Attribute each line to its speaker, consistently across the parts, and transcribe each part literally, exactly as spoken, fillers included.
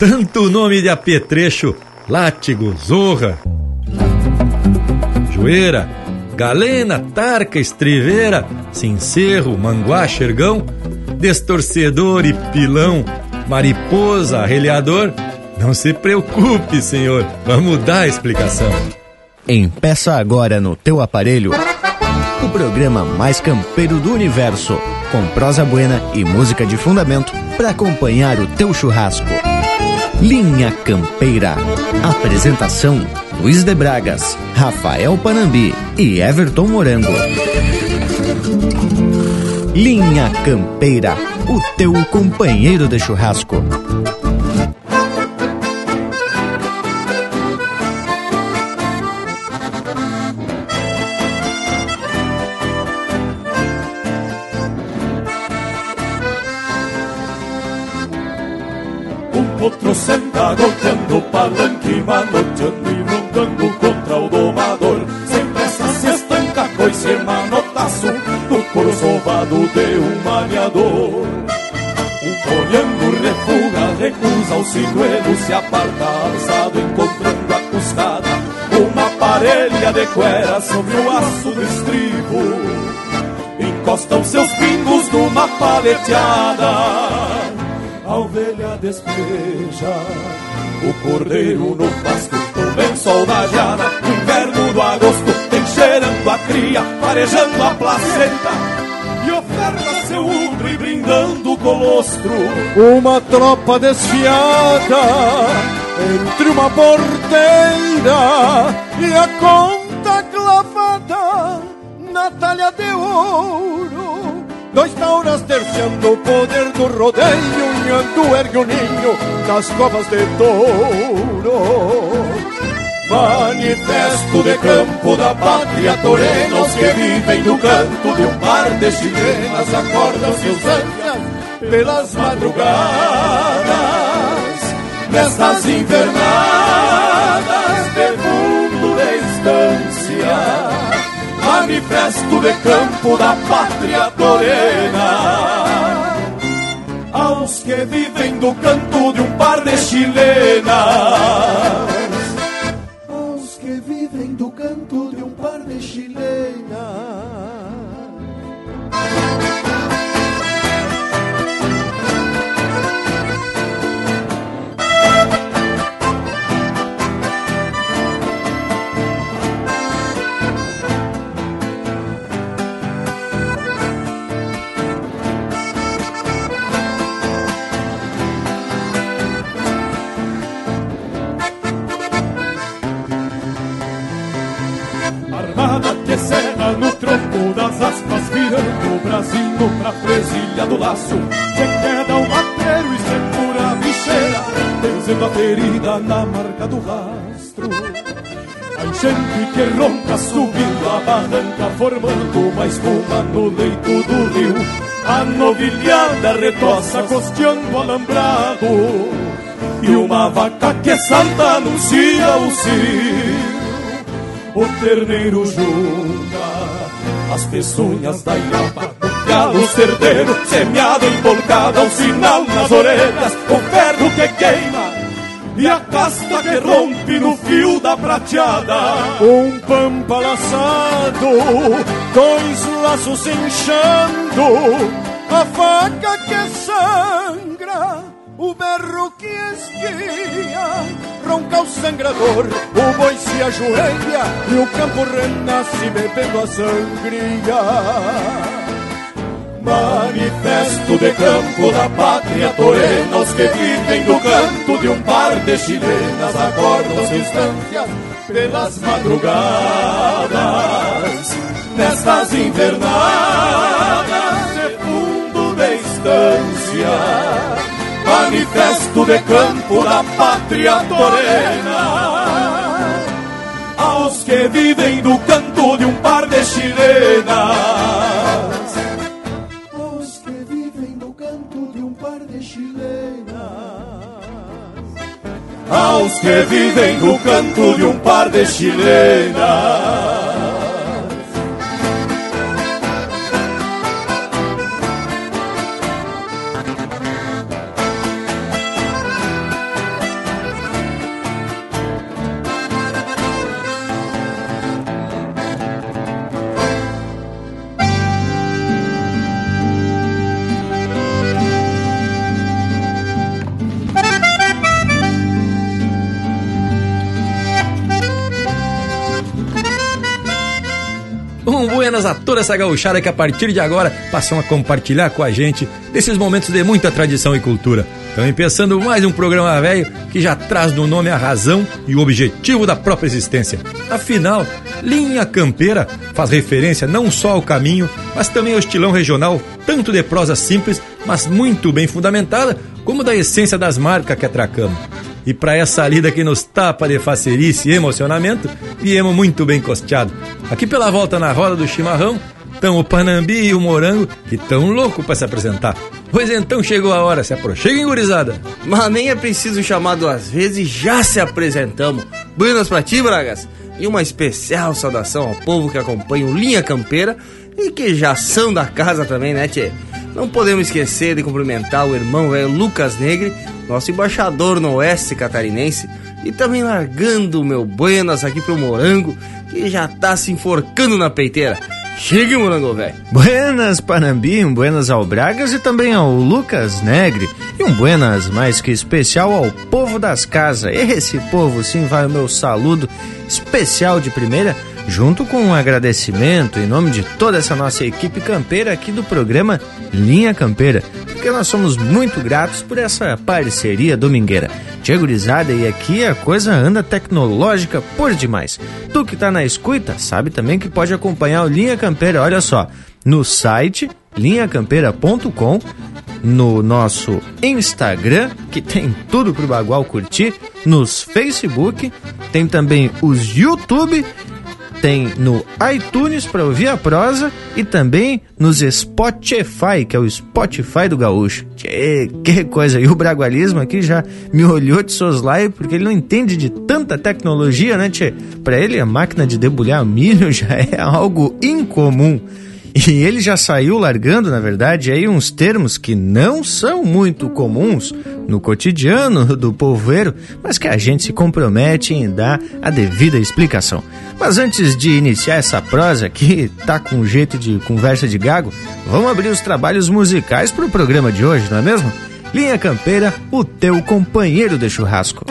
Speaker 1: tanto nome de apetrecho, látigo, zorra, joeira, galena, tarca, estriveira, cincerro, manguá, xergão, destorcedor e pilão, mariposa, arreliador. Não se preocupe, senhor, vamos dar a explicação.
Speaker 2: Empeça agora no teu aparelho o programa mais campeiro do universo, com prosa buena e música de fundamento para acompanhar o teu churrasco. Linha Campeira. Apresentação: Luiz de Bragas, Rafael Panambi e Everton Morango. Linha Campeira, o teu companheiro de churrasco.
Speaker 3: Outro senta golpeando o palanque, manoteando e rondando contra o domador. Sem pressa se estanca coice e manotaço no couro sovado de um maniador. Um olhando refuga, recusa o sinuelo, se aparta alçado encontrando a cuscada. Uma parelha de cuera sobre o aço do estribo, encosta os seus pingos numa paleteada. A ovelha despeja o cordeiro no pasto, no lençol da jara, no inverno do agosto, vem cheirando a cria, farejando a placenta, e oferta seu udre brindando o colostro.
Speaker 4: Uma tropa desfiada entre uma porteira e a conta clavada na talha de ouro. Dois tauras terciando o poder do rodeio, unhando ergue o ninho nas covas de touro.
Speaker 3: Manifesto de campo da pátria, torenos que vivem do canto de um par de chilenas, acordam seus ânsias pelas madrugadas, nestas invernadas de fundo de estância. Manifesto de campo da pátria torena, aos que vivem do canto de um par de chilenas, aos que vivem do canto de um par de chilenas. Cena no tronco das aspas, virando o bracinho pra presilha do laço. Se queda o mateiro e segura a bicheira, benzendo a ferida na marca do rastro. A enchente que ronca subindo a barranca, formando uma espuma no leito do rio. A novilhada retoça costeando o alambrado, e uma vaca que salta anuncia o cio. O terneiro junta as peçonhas da ilhapa, o galo cerdeiro semeado, embolcado, um sinal nas orelhas, o ferro que queima e a casta que rompe no fio da prateada.
Speaker 4: Um pampa laçado, dois laços inchando, a faca que sangra, o berro que esguia, ronca o sangrador, o boi se ajoelha e o campo renasce bebendo a sangria.
Speaker 3: Manifesto de campo da pátria torena, os que vivem do canto de um par de chilenas, acordam-se instâncias pelas madrugadas, nestas invernadas de fundo de estância. Manifesto de campo da pátria torena, aos que vivem do canto de um par de chilenas, aos que vivem do canto de um par de chilenas, aos que vivem do canto de um par de chilenas.
Speaker 1: buenas a toda essa gauchada que a partir de agora passam a compartilhar com a gente desses momentos de muita tradição e cultura. Estamos empeçando mais um programa velho que já traz no nome a razão e o objetivo da própria existência. Afinal, Linha Campeira faz referência não só ao caminho, mas também ao estilão regional, tanto de prosa simples, mas muito bem fundamentada, como da essência das marcas que atracamos. E para essa lida que nos tapa de facerice e emocionamento, viemos muito bem costeado. Aqui pela volta na roda do chimarrão, estão o Panambi e o Morango, que tão louco para se apresentar. Pois então chegou a hora, se aproxeguem, gurizada.
Speaker 5: Mas nem é preciso chamar duas vezes, já se apresentamos. Buenas pra ti, Bragas. E uma especial saudação ao povo que acompanha o Linha Campeira e que já são da casa também, né, tchê? Não podemos esquecer de cumprimentar o irmão velho Lucas Negre, nosso embaixador no oeste catarinense, e também largando o meu buenas aqui pro Morango, que já tá se enforcando na peiteira. Chegue, Morango, velho.
Speaker 2: Buenas, Panambi, um buenas ao Bragas e também ao Lucas Negre. E um buenas mais que especial ao povo das casas. Esse povo, sim, vai o meu saludo especial de primeira, junto com um agradecimento em nome de toda essa nossa equipe campeira aqui do programa Linha Campeira, porque nós somos muito gratos por essa parceria domingueira. Tia gurizada, e aqui a coisa anda tecnológica por demais. Tu que tá na escuta, sabe também que pode acompanhar o Linha Campeira, olha só, no site linha campeira ponto com, no nosso Instagram, que tem tudo pro bagual curtir, nos Facebook, tem também os YouTube, tem no iTunes para ouvir a prosa e também nos Spotify, que é o Spotify do gaúcho. Tchê, que coisa! E o Bragualismo aqui já me olhou de soslaio porque ele não entende de tanta tecnologia, né, tchê? Para ele a máquina de debulhar milho já é algo incomum. E ele já saiu largando, na verdade, aí uns termos que não são muito comuns no cotidiano do povoeiro, mas que a gente se compromete em dar a devida explicação. Mas antes de iniciar essa prosa que tá com jeito de conversa de gago, vamos abrir os trabalhos musicais pro programa de hoje, não é mesmo? Linha Campeira, o teu companheiro de churrasco.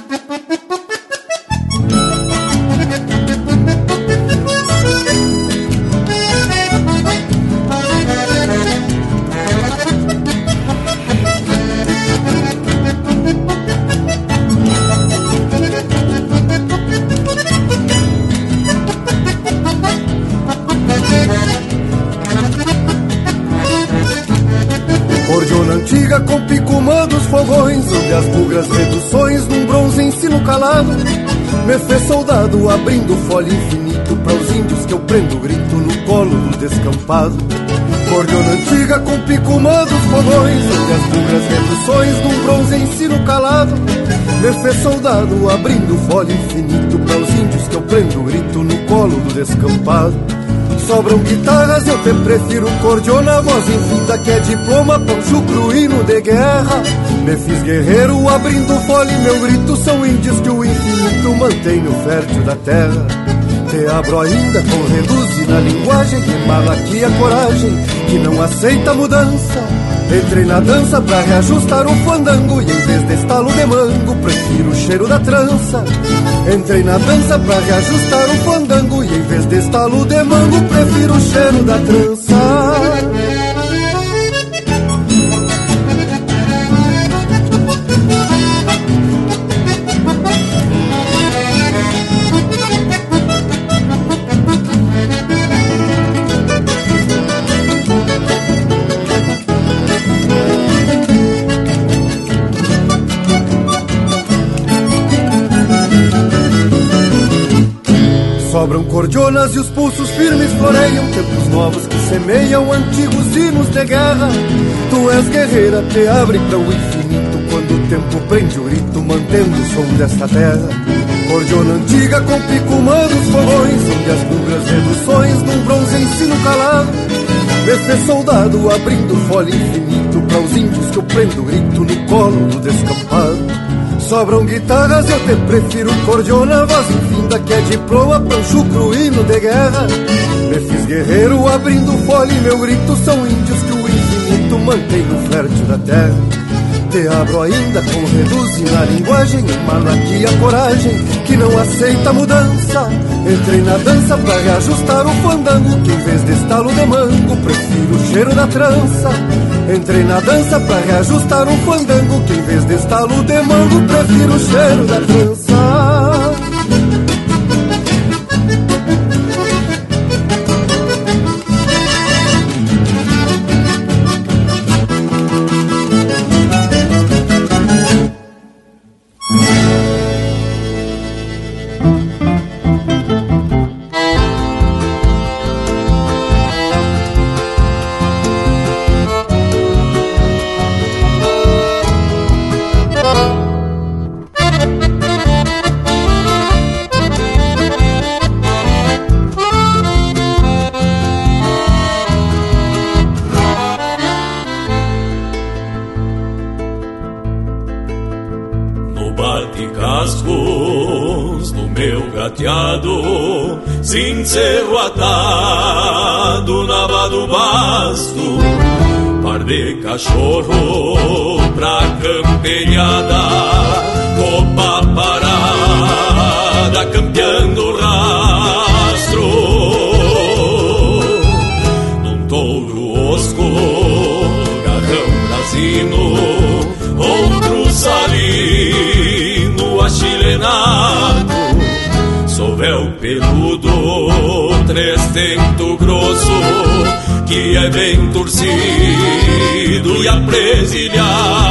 Speaker 4: Antiga com picumã dos fogões, onde as bugras reduções num bronze ensino calado me fez soldado abrindo folha infinito para os índios que eu prendo grito no colo do descampado. Cordiona antiga com picumã dos fogões, onde as bugras reduções num bronze ensino calado me fez soldado abrindo folha infinito para os índios que eu prendo grito no colo do descampado. Sobram guitarras, eu te prefiro cordiona, voz infinita que é diploma, pão chucro, hino de guerra. Me fiz guerreiro abrindo folha e meu grito são índios que o infinito mantém no fértil da terra. Te abro ainda com reduz na linguagem que embala aqui a coragem, que não aceita mudança. Entrei na dança pra reajustar o fandango e em vez de estalo de mango prefiro o cheiro da trança. Entrei na dança pra reajustar o fandango e em vez de estalo de mango prefiro o cheiro da trança. Sobram cordionas e os pulsos firmes floreiam tempos novos que semeiam antigos hinos de guerra. Tu és guerreira, te abre para o infinito quando o tempo prende o grito, mantendo o som desta terra. Cordiona antiga com picumã dos fogões, onde as bugras reduções num bronze ensino calado me fez soldado abrindo folha infinito para os índios que eu prendo grito no colo do descampado. Sobram guitarras, eu te prefiro cordiona, voz infinda que é diploma, pão chucro, hino de guerra. Me fiz guerreiro abrindo folha e meu grito são índios que o infinito mantém no fértil da terra.
Speaker 3: Te abro ainda com reduz na linguagem, emano aqui a coragem que não aceita mudança. Entrei na dança pra reajustar o fandango, que em vez de estalo de mango prefiro o cheiro da trança. Entrei na dança pra reajustar o fandango, que em vez de estalo de mango prefiro o cheiro da trança.
Speaker 6: Sincero atado na aba do basto, par de cachorro pra camperiada, copa parada campeando rastro, num touro osco, garrão brasino, outro salino achilenado. Sou véu peludo, três dento grosso, que é bem torcido e apresilhado.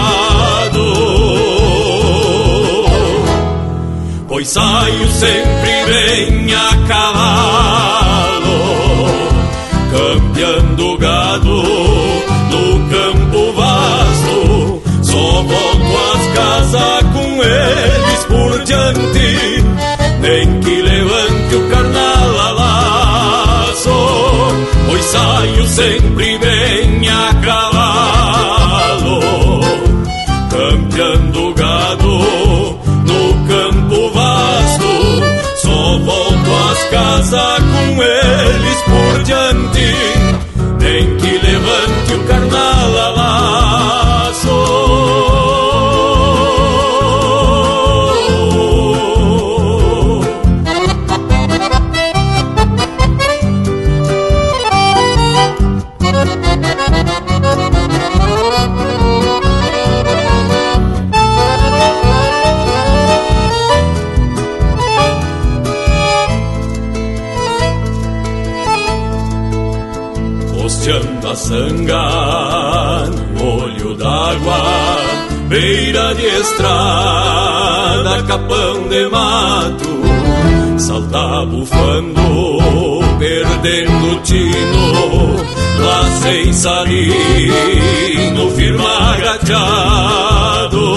Speaker 6: Pois saio sempre bem a cavalo, campeando gado no campo vasto. Só volto às casas com eles por diante, nem que levante o carnal a laço, pois saio sempre bem a cavalo, campeando gado no campo vasto. Só volto às casas com eles por diante, nem que levante o carnal a laço. A sanga no olho d'água, beira de estrada, capão de mato, salta bufando, perdendo tino, lá sem salino, firma agachado,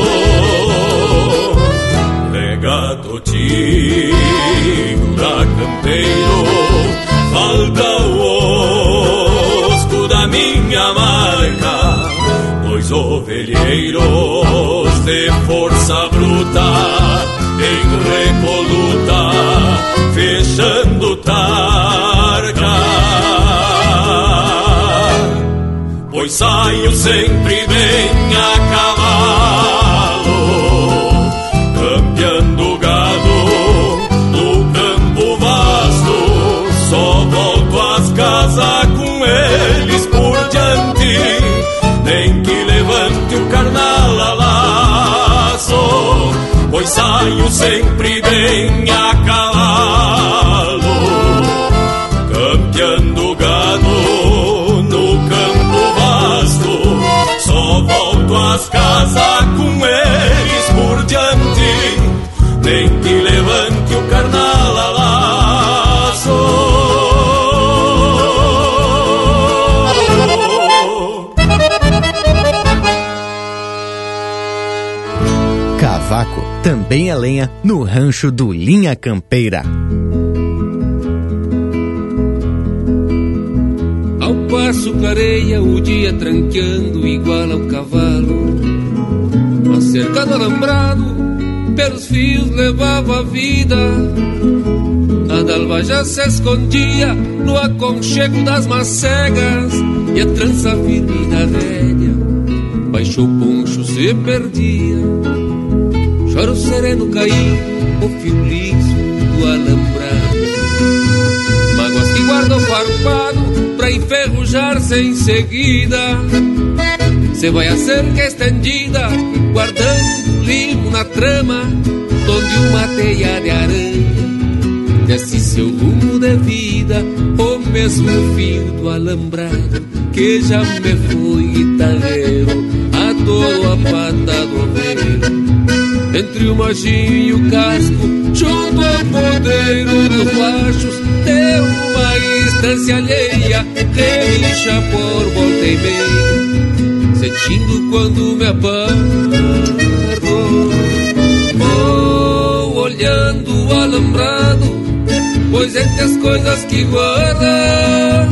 Speaker 6: rega totigo da campeiro, falta o da minha marca, dois ovelheiros de força bruta, em recoluta, fechando targa. Pois saio sempre bem a cavalo, campeando gado no campo vasto. Só volto às casas com eles por diante, nem que levante o carnal a laço, pois saio sempre bem a cavalo, campeando gado no campo vasto. Só volto às casas com eles por diante, nem que levante o carnal a laço.
Speaker 2: Cavaco também é lenha no rancho do Linha Campeira.
Speaker 7: Ao passo clareia o dia tranqueando igual ao cavalo, acercado alambrado pelos fios levava a vida. A dalva já se escondia no aconchego das macegas, e a trança firme da velha baixo o poncho se perdia. Choro sereno cair, o fio liso do alambrado. Mágoas que guardo farpado pra enferrujar-se em seguida. Se vai a cerca estendida, guardando limo na trama, donde uma teia de aranha desce seu rumo de vida. O mesmo fio do alambrado que já me foi guitarreiro, a todo a pata do oveiro. Entre o machinho e o casco, junto ao podeiro dos machos, de uma estância alheia, relincha por volta e meia, sentindo quando me aparro. Vou olhando o alambrado, pois entre as coisas que guarda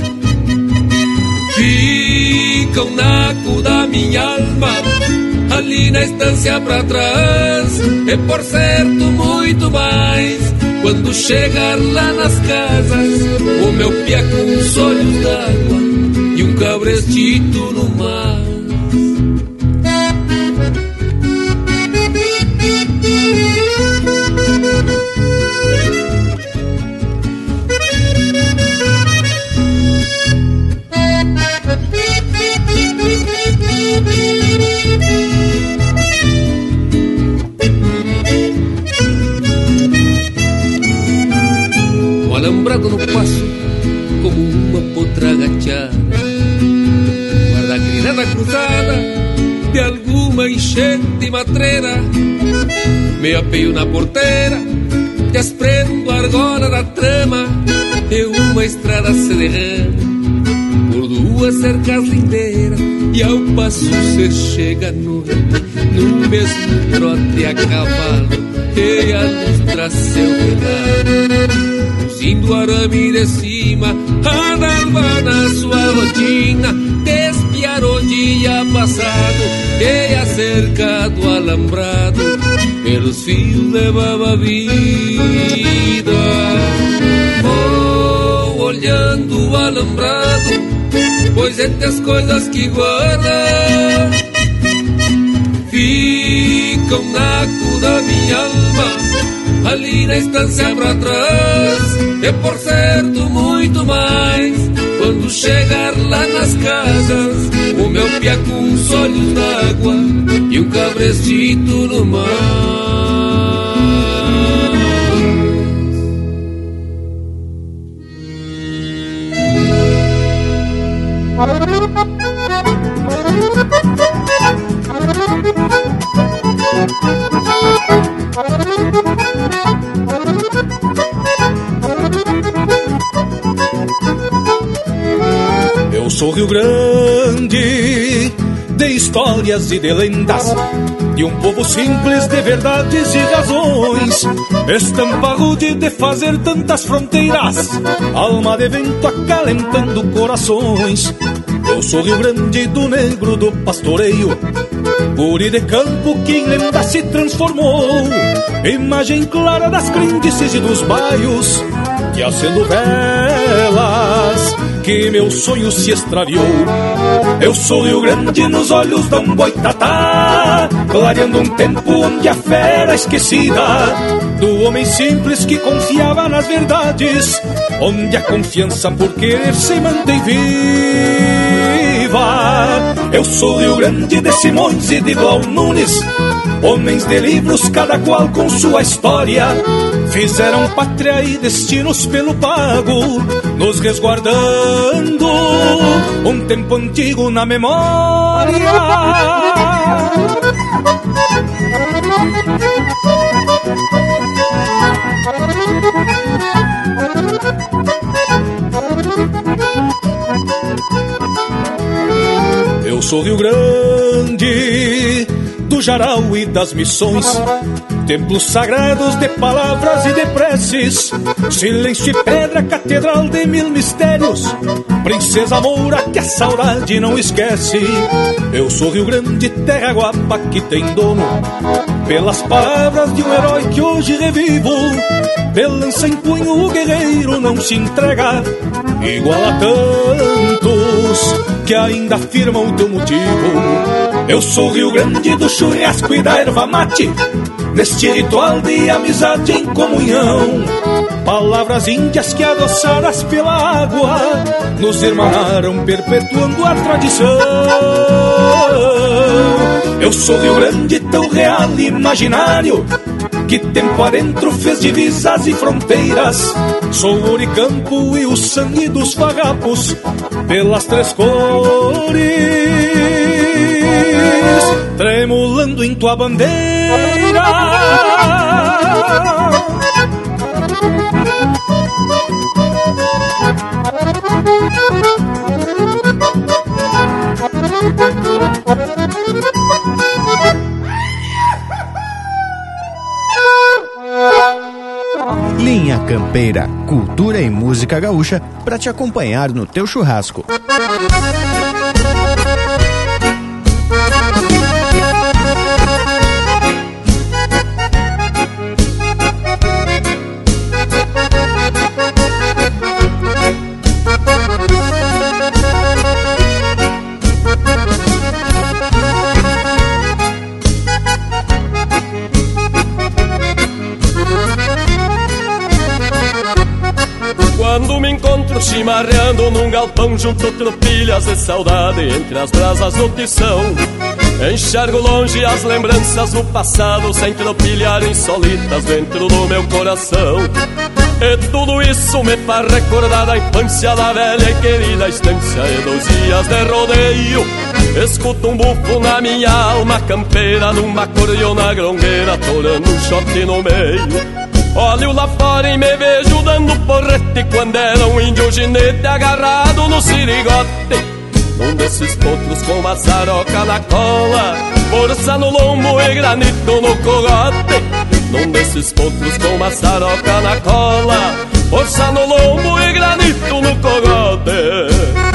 Speaker 7: fica um naco da minha alma, ali na estância pra trás. E por certo muito mais, quando chegar lá nas casas, o meu pia com os olhos d'água e um cabrestito no mar. Alambrado no passo como uma potra agachada, guarda a grinada cruzada de alguma enchente matreira. Me apeio na porteira, desprendo a argola da trama, e uma estrada se derrama por duas cercas lindeiras, e ao passo se chega à noite no mesmo trote a cavalo, e a luz traz seu relado. Indo arame de cima, a dalva na sua rotina, despiar o dia passado e a cerca do alambrado, pelos fios levava a vida. Vou olhando o alambrado, pois entre as coisas que guarda fica um naco da minha alma, ali na estância pra trás. E por certo muito mais, quando chegar lá nas casas, o meu pia com os olhos d'água e um cabrestito no mar.
Speaker 3: Eu sou Rio Grande, de histórias e de lendas, de um povo simples de verdades e razões, estampa rude de fazer tantas fronteiras, alma de vento acalentando corações. Eu sou Rio Grande do negro do pastoreio, guri de campo que em lenda se transformou, imagem clara das crendices e dos baios, que acendo velas que meu sonho se extraviou. Eu sou Rio Grande nos olhos de um boitatá, clareando um tempo onde a fé era esquecida, do homem simples que confiava nas verdades, onde a confiança por querer se mantém viva. Eu sou Rio Grande de Simões e de Blau Nunes, homens de livros, cada qual com sua história, fizeram pátria e destinos pelo pago, nos resguardando um tempo antigo na memória. Eu sou Rio Grande do Jaral e das Missões, templos sagrados de palavras e de preces, silêncio e pedra, catedral de mil mistérios, princesa moura que a saudade não esquece. Eu sou Rio Grande, terra guapa que tem dono, pelas palavras de um herói que hoje revivo, de lança em punho o guerreiro não se entrega, igual a tantos que ainda afirmam o teu motivo. Eu sou Rio Grande do churrasco e da erva mate, neste ritual de amizade em comunhão. Palavras índias que adoçadas pela água nos irmanaram perpetuando a tradição. Eu sou Rio Grande, tão real e imaginário, que tempo adentro fez divisas e fronteiras. Sou o Uricampo e o sangue dos farrapos pelas três cores, tremulando em tua bandeira.
Speaker 2: Linha Campeira, cultura e música gaúcha para te acompanhar no teu churrasco.
Speaker 6: Quando me encontro chimarreando num galpão junto tropilhas de saudade entre as brasas do tição, enxergo longe as lembranças do passado sem tropilhar insólitas dentro do meu coração. E tudo isso me faz recordar a infância da velha e querida estância e dos dias de rodeio. Escuto um bufo na minha alma campeira, numa cordiona grongueira, torando um shot no meio. Olho lá fora e me vejo dando porrete quando era um índio ginete agarrado no sirigote. Num desses potros com maçaroca na cola, força no lombo e granito no cogote. Num desses potros com maçaroca na cola, força no lombo e granito no cogote.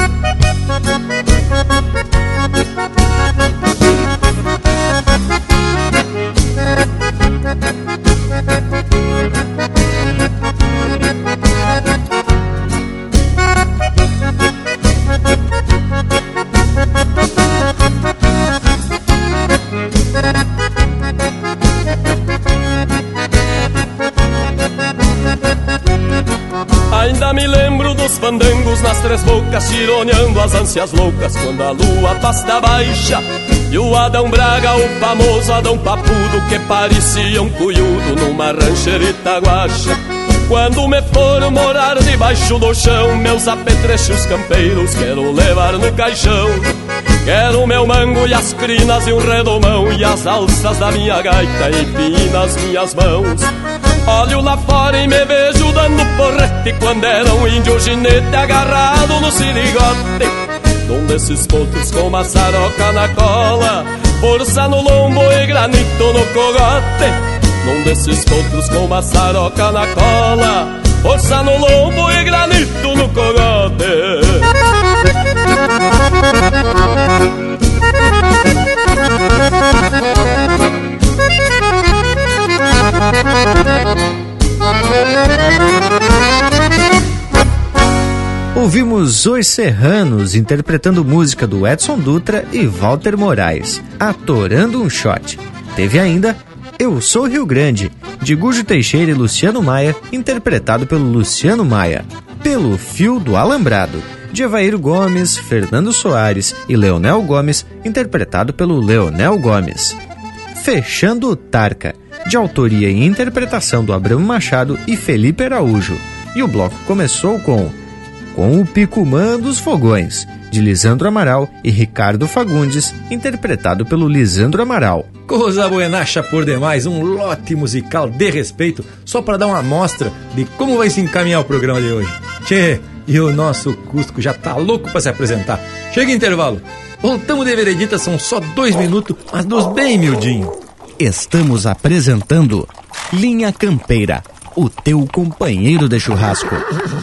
Speaker 6: Ainda me lembro dos fandangos nas três bocas, tironeando as ânsias loucas quando a lua pasta baixa. E o Adão Braga, o famoso Adão Papudo, que parecia um cunhudo numa rancherita guacha. Quando me for morar debaixo do chão, meus apetrechos campeiros quero levar no caixão. Quero meu mango e as crinas e um redomão, e as alças da minha gaita enfim nas minhas mãos. Olho lá fora e me vejo dando porrete quando era um índio ginete agarrado no sirigote. Num desses potros com maçaroca na cola, força no lombo e granito no cogote. Num desses potros com maçaroca na cola, força no lombo e granito no cogote.
Speaker 2: Ouvimos Os Serranos interpretando música do Edson Dutra e Walter Moraes, Atorando um Shot. Teve ainda Eu Sou Rio Grande, de Gujo Teixeira e Luciano Maia, interpretado pelo Luciano Maia. Pelo Fio do Alambrado, de Evair Gomes, Fernando Soares e Leonel Gomes, interpretado pelo Leonel Gomes. Fechando o Tarca, de autoria e interpretação do Abramo Machado e Felipe Araújo. E o bloco começou com Com o Picumã dos Fogões, de Lisandro Amaral e Ricardo Fagundes, interpretado pelo Lisandro Amaral.
Speaker 1: Coisa buenacha por demais, um lote musical de respeito, só para dar uma amostra de como vai se encaminhar o programa de hoje. Tchê, e o nosso Cusco já tá louco para se apresentar. Chega intervalo. Voltamos de veredita, são só dois minutos, mas dos bem miudinho.
Speaker 2: Estamos apresentando Linha Campeira, o teu companheiro de churrasco.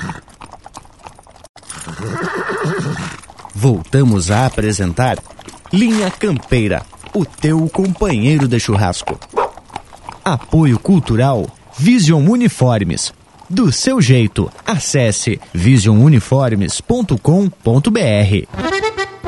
Speaker 2: Voltamos a apresentar Linha Campeira, o teu companheiro de churrasco. Apoio Cultural Vision Uniformes. Do seu jeito, acesse vision uniformes ponto com ponto br.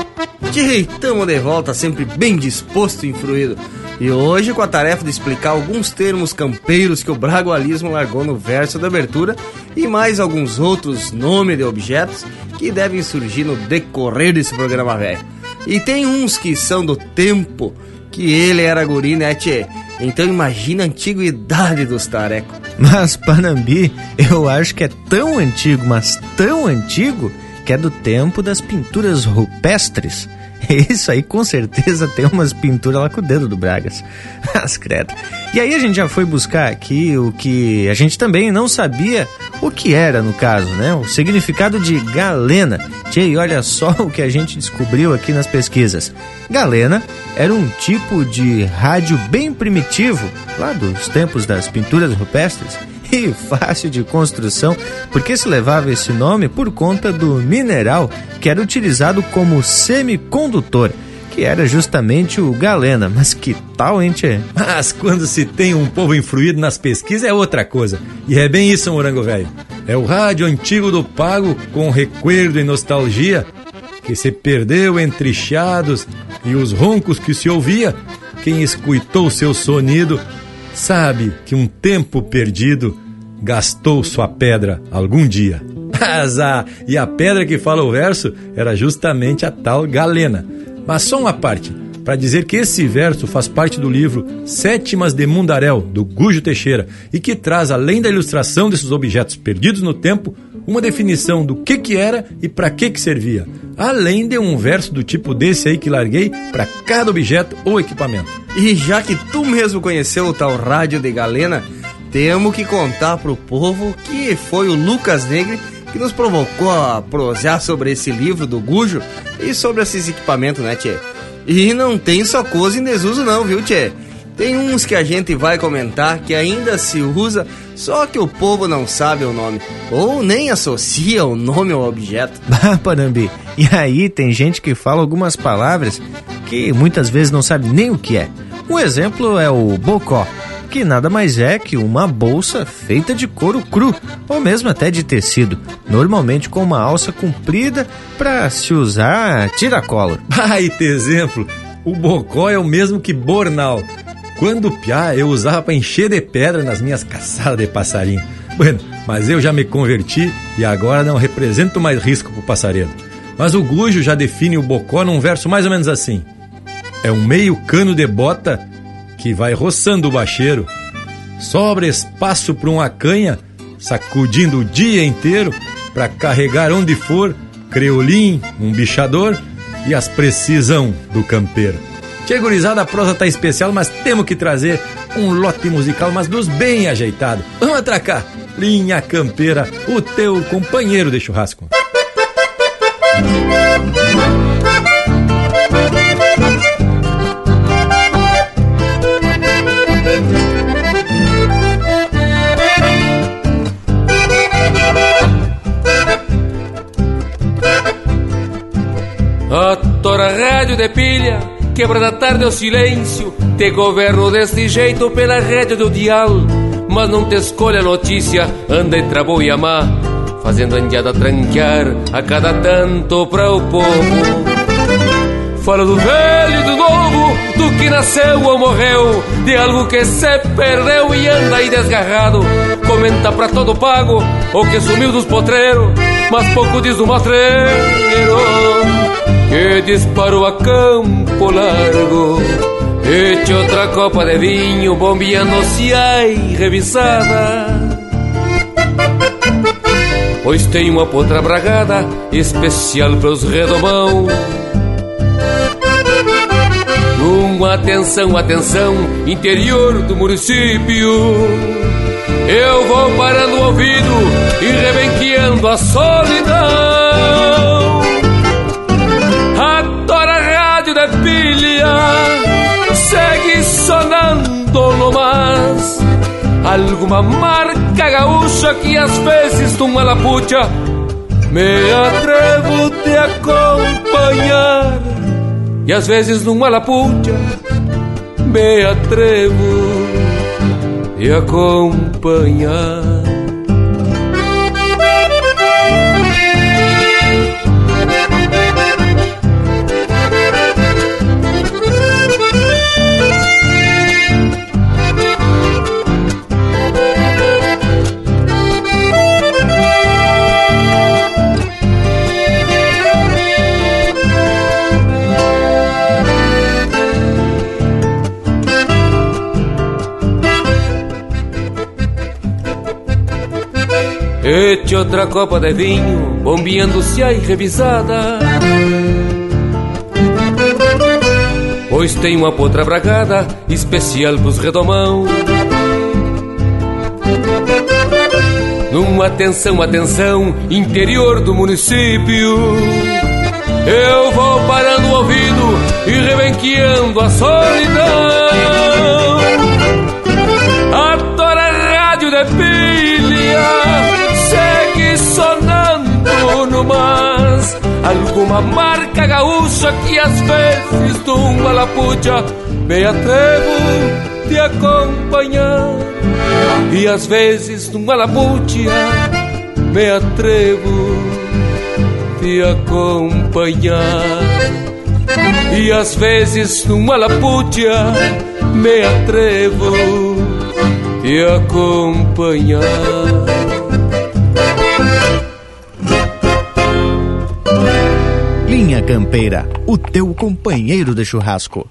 Speaker 5: Tchê, tamo de volta, sempre bem disposto e influído. E hoje com a tarefa de explicar alguns termos campeiros que o bragualismo largou no verso da abertura e mais alguns outros nomes de objetos que devem surgir no decorrer desse programa velho. E tem uns que são do tempo que ele era guri, né, tchê? Então imagina a antiguidade dos tarecos.
Speaker 2: Mas Panambi, eu acho que é tão antigo, mas tão antigo, que é do tempo das pinturas rupestres. Isso aí com certeza tem umas pinturas lá com o dedo do Bragas. Mas credo. E aí a gente já foi buscar aqui o que a gente também não sabia o que era, no caso, né? O significado de galena. Tchê, olha só o que a gente descobriu aqui nas pesquisas. Galena era um tipo de rádio bem primitivo, lá dos tempos das pinturas rupestres, e fácil de construção, porque se levava esse nome por conta do mineral que era utilizado como semicondutor, que era justamente o galena. Mas que tal, hein, tchê?
Speaker 1: Mas quando se tem um povo influído nas pesquisas é outra coisa. E é bem isso, morango velho. É o rádio antigo do pago com recuerdo e nostalgia que se perdeu entre chiados e os roncos que se ouvia. Quem escutou seu sonido sabe que um tempo perdido gastou sua pedra algum dia. Mas a, e a pedra que fala o verso era justamente a tal galena. Mas só uma parte, para dizer que esse verso faz parte do livro Sétimas de Mundaréu, do Gujo Teixeira, e que traz, além da ilustração desses objetos perdidos no tempo, uma definição do que que era e para que que servia, além de um verso do tipo desse aí que larguei para cada objeto ou equipamento.
Speaker 5: E já que tu mesmo conheceu o tal rádio de galena, temos que contar pro povo que foi o Lucas Negri que nos provocou a prosear sobre esse livro do Gujo e sobre esses equipamentos, né, tchê? E não tem só coisa em desuso não, viu, tchê? Tem uns que a gente vai comentar que ainda se usa, só que o povo não sabe o nome, ou nem associa o nome ao objeto.
Speaker 2: Bah, Panambi, e aí tem gente que fala algumas palavras que muitas vezes não sabe nem o que é. Um exemplo é o bocó, que nada mais é que uma bolsa feita de couro cru, ou mesmo até de tecido, normalmente com uma alça comprida para se usar tiracolo.
Speaker 1: Ah, e ter exemplo, o bocó é o mesmo que bornal. Quando piá, eu usava para encher de pedra nas minhas caçadas de passarinho. Bueno, mas eu já me converti e agora não represento mais risco pro passaredo. Mas o Gujo já define o bocó num verso mais ou menos assim: é um meio cano de bota que vai roçando o bacheiro, sobra espaço para uma canha, sacudindo o dia inteiro, para carregar onde for, creolim, um bichador e as precisão do campeiro. Tchê, gurizada, a prosa tá especial, mas temos que trazer um lote musical, mas dos bem ajeitado. Vamos atracar, Linha Campeira, o teu companheiro de churrasco.
Speaker 7: A tora rádio de pilha, quebra da tarde o silêncio, te governo deste jeito pela rédea do dial. Mas não te escolha a notícia, anda entre a boa e a má, fazendo a indiada tranquear a cada tanto pra o povo. Fala do velho e do novo, do que nasceu ou morreu, de algo que se perdeu e anda aí desgarrado. Comenta pra todo pago o que sumiu dos potreiros, mas pouco diz do matreiro que disparou a campo largo. Eche outra copa de vinho, bombeando-se ai revisada, pois tem uma potra bragada especial pros redomão. Uma atenção, atenção, interior do município, eu vou parando o ouvido e rebenqueando a solidão. De pilha segue sonando no mas alguma marca gaúcha que às vezes numa lapucha me atrevo de acompanhar, e às vezes numa lapucha me atrevo de acompanhar. Eche outra copa de vinho, bombeando-se aí revisada, pois tem uma potra bragada especial pros redomão. Numa atenção, atenção, interior do município, eu vou parando o ouvido e rebenqueando a solidão. A tora rádio de pilha segue sonando no mas, alguma marca gaúcha que às vezes numa lapucha me atrevo de acompanhar. E às vezes numa lapucha me atrevo de acompanhar. E às vezes numa lapucha me atrevo de acompanhar.
Speaker 2: Linha Campeira, o teu companheiro de churrasco.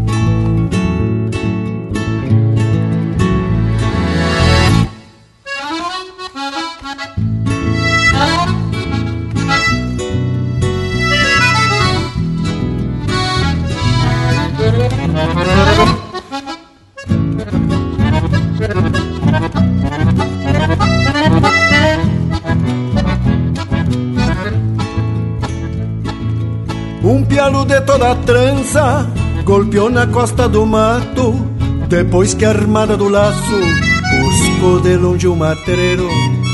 Speaker 4: Um pialo de toda trança golpeou na costa do mato, depois que a armada do laço buscou de longe o matreiro.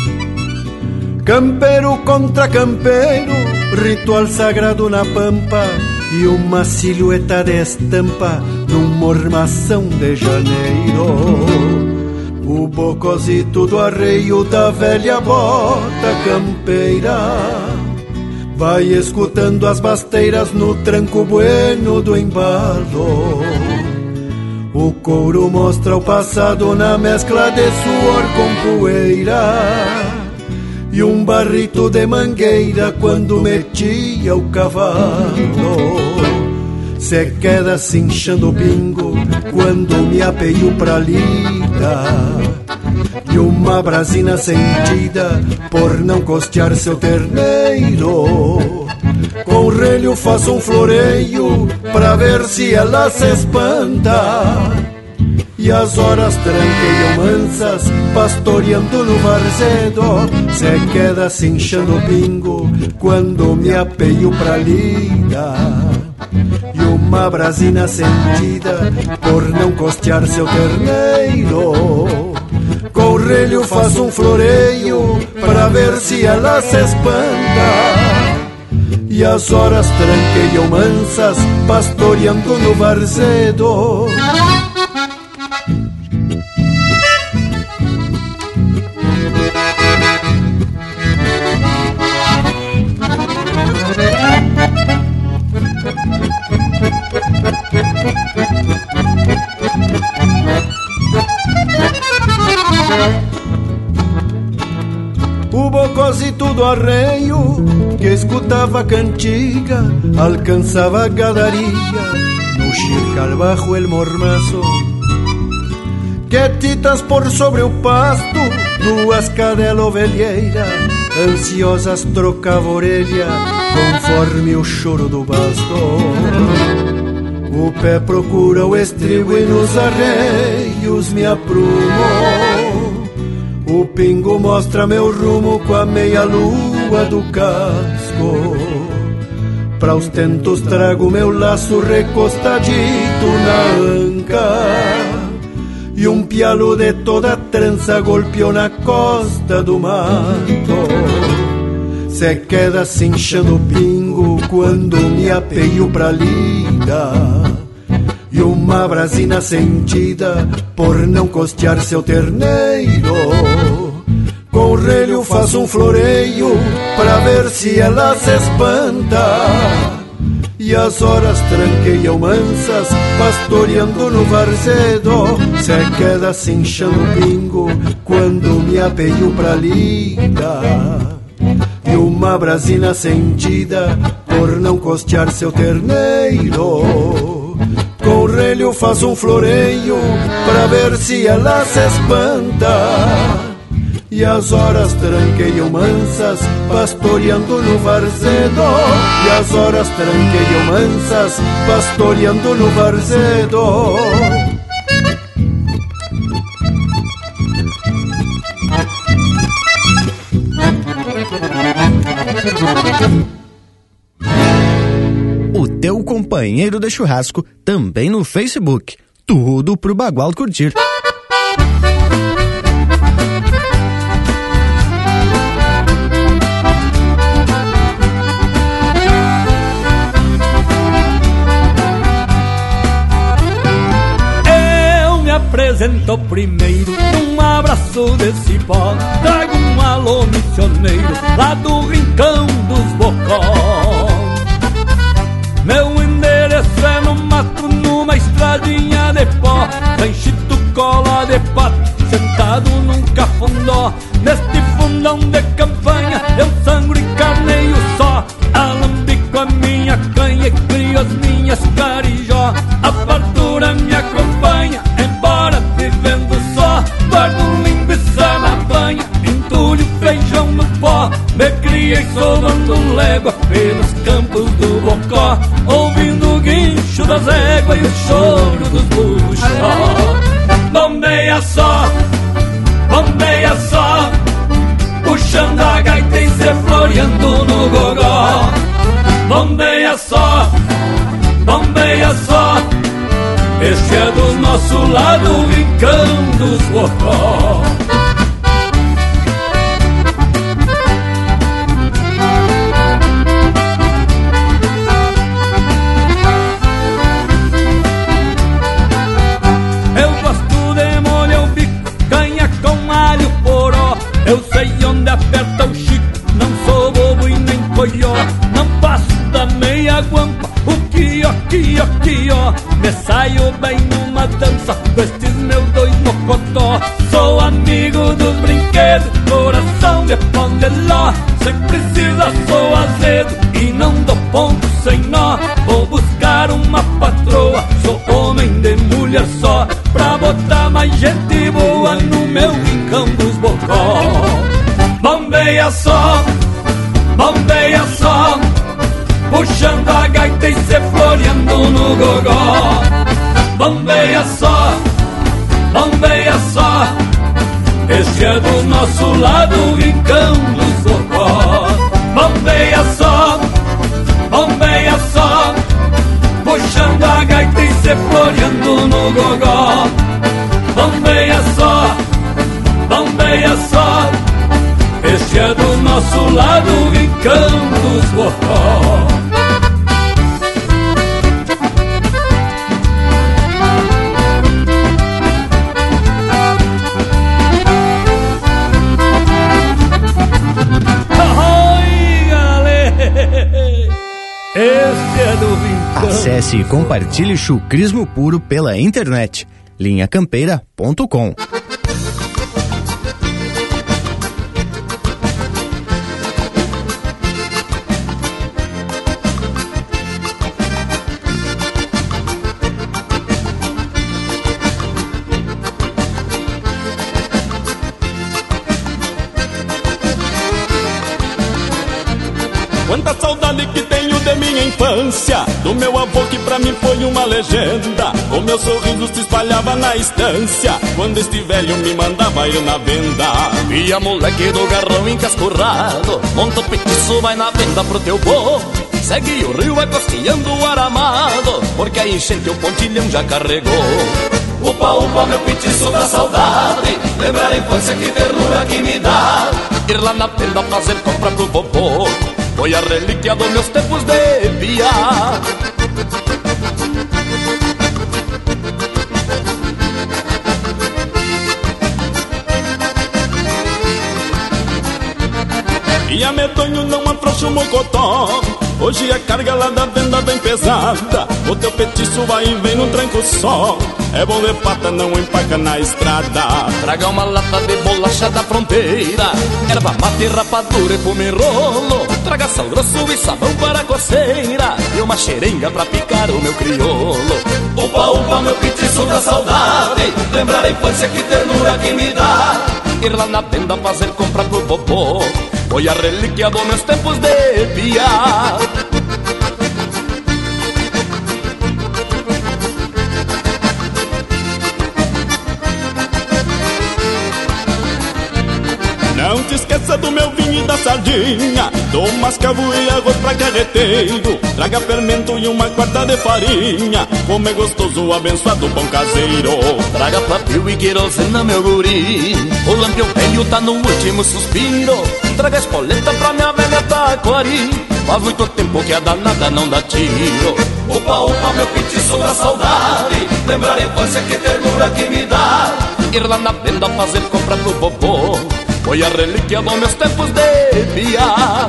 Speaker 4: Campeiro contra campeiro, ritual sagrado na pampa, e uma silhueta de estampa num mormação de janeiro. O bocozito do arreio da velha bota campeira vai escutando as basteiras no tranco bueno do embalo. O couro mostra o passado na mescla de suor com poeira, e um barrito de mangueira quando metia o cavalo. Se queda cinchando o pingo quando me apeio pra lida, e uma brasina sentida por não costear seu terneiro. Com o relho faço um floreio pra ver se ela se espanta, e as horas tranqueiam mansas pastoreando no varzedo. Se queda cinchando o pingo quando me apeio pra lida, e uma brasina sentida por não costear seu terneiro. Com o relho faço um floreio pra ver se ela se espanta, e as horas tranqueiam mansas pastoreando no varzedo. O bocozito do arreio que escutava a cantiga alcançava a gadaria no xircal bajo el mormaço. Quietitas por sobre o pasto, duas cadelas ovelheiras ansiosas trocavam orelha conforme o choro do basto. O pé procura o estribo e nos arreios me aprumo. O pingo mostra meu rumo com a meia lua do casco. Pra os tentos trago meu laço recostadito na anca, e um pialo de toda trança golpeou na costa do mato. Se queda cinchando o pingo quando me apeio pra lida, e uma brasina sentida por não costear seu terneiro. Com o relho faço um floreio pra ver se ela se espanta, e as horas tranqueiam mansas pastoreando no varzedo. Se queda cinchando o pingo quando me apeio pra lida, e uma brasina sentida por não costear seu terneiro. Com o relho faço um floreio pra ver se ela se espanta, e e as horas tranqueiam mansas, pastoreando no varzedo. E as horas tranqueiam mansas, pastoreando no varzedo.
Speaker 2: O teu companheiro de churrasco também no Facebook. Tudo pro Bagual curtir.
Speaker 3: Eu me apresento primeiro, um abraço de cipó. Trago um alô missioneiro lá do rincão dos Bocó. Meu endereço é no mato, numa estradinha de pó, ranchito cola de pato, sentado num cafundó. Neste fundão de campanha eu sangro e carneio só, alambico a minha canha e crio as minhas carijó. A fartura me acompanha, embora vivendo só, guardo linguiça na banha, entulho feijão no pó. Me criei sovando légua pelos campos do Bocó, ouvindo o guincho das éguas e o choro dos buchó. Bombeia só, bombeia só, puxando a gaita e se floreando no gogó. Bombeia só, bombeia só, este é do nosso lado, o rincão dos Bocó. Eu sei onde aperta o chico, não sou bobo e nem coió. Não passo da meia guampa, o quió, quió, quió. Me saio bem numa dança com estes meus dois mocotó. Sou amigo dos brinquedos, coração de pão de ló. Sem precisa sou azedo e não dou ponto sem nó. Vou buscar uma patroa, sou homem de mulher só, pra botar mais gente boa no meu rincão dos Bocó. Bombeia só, bombeia só, puxando a gaita e se floreando no gogó. Bombeia só, bombeia só, este é do nosso lado, o rincão dos Bocó. Bombeia só, bombeia só, puxando a gaita e se floreando no gogó. Bombeia só, bombeia só, este é do nosso lado, o rincão dos Bocó. Este é do rincão.
Speaker 2: Acesse e compartilhe chucrismo puro pela internet. linha campeira ponto com.
Speaker 6: Quanta saudade que tenho de minha infância, do meu avô que pra mim foi uma legenda. O meu sorriso se espalhava na estância, quando este velho me mandava ir na venda. E a moleque do garrão encascurrado, monta o petiço, vai na venda pro teu povo. Segue o rio, vai costeando o aramado, porque a enchente o pontilhão já carregou. Upa, upa, meu petiço da saudade, lembrar a infância, que ternura que me dá. Ir lá na venda fazer compra pro vovô, foi a relíquia dos meus tempos de piar. E a medonho não afrouxa o mocotó, hoje a carga lá da venda bem pesada. O teu petiço vai e vem num tranco só, é bom de pata, não empaca na estrada. Traga uma lata de bolacha da fronteira, erva mate, rapadura e fumerolo. Traga sal grosso e sabão para a coceira, e uma xerenga pra picar o meu crioulo. Upa, upa, meu petiço da saudade, lembrar a infância, que ternura que me dá.
Speaker 7: ir lá na venda fazer compra pro vovô. Foi a relíquia dos meus tempos de piá.
Speaker 4: Não te esqueça do meu vinho e da sardinha, do mascavo e arroz pra carreteiro. Traga fermento e uma quarta de farinha, como é gostoso o abençoado pão caseiro.
Speaker 7: Traga papel e querosena, meu guri, o lampião velho tá no último suspiro. Traga espoleta pra minha velha taquari, faz muito tempo que a danada não dá tiro.
Speaker 8: Opa, opa, meu petiço da saudade, lembrar a infância, que ternura que me dá.
Speaker 7: Ir lá na venda fazer compra pro vovô, foi a relíquia dos meus tempos de piá.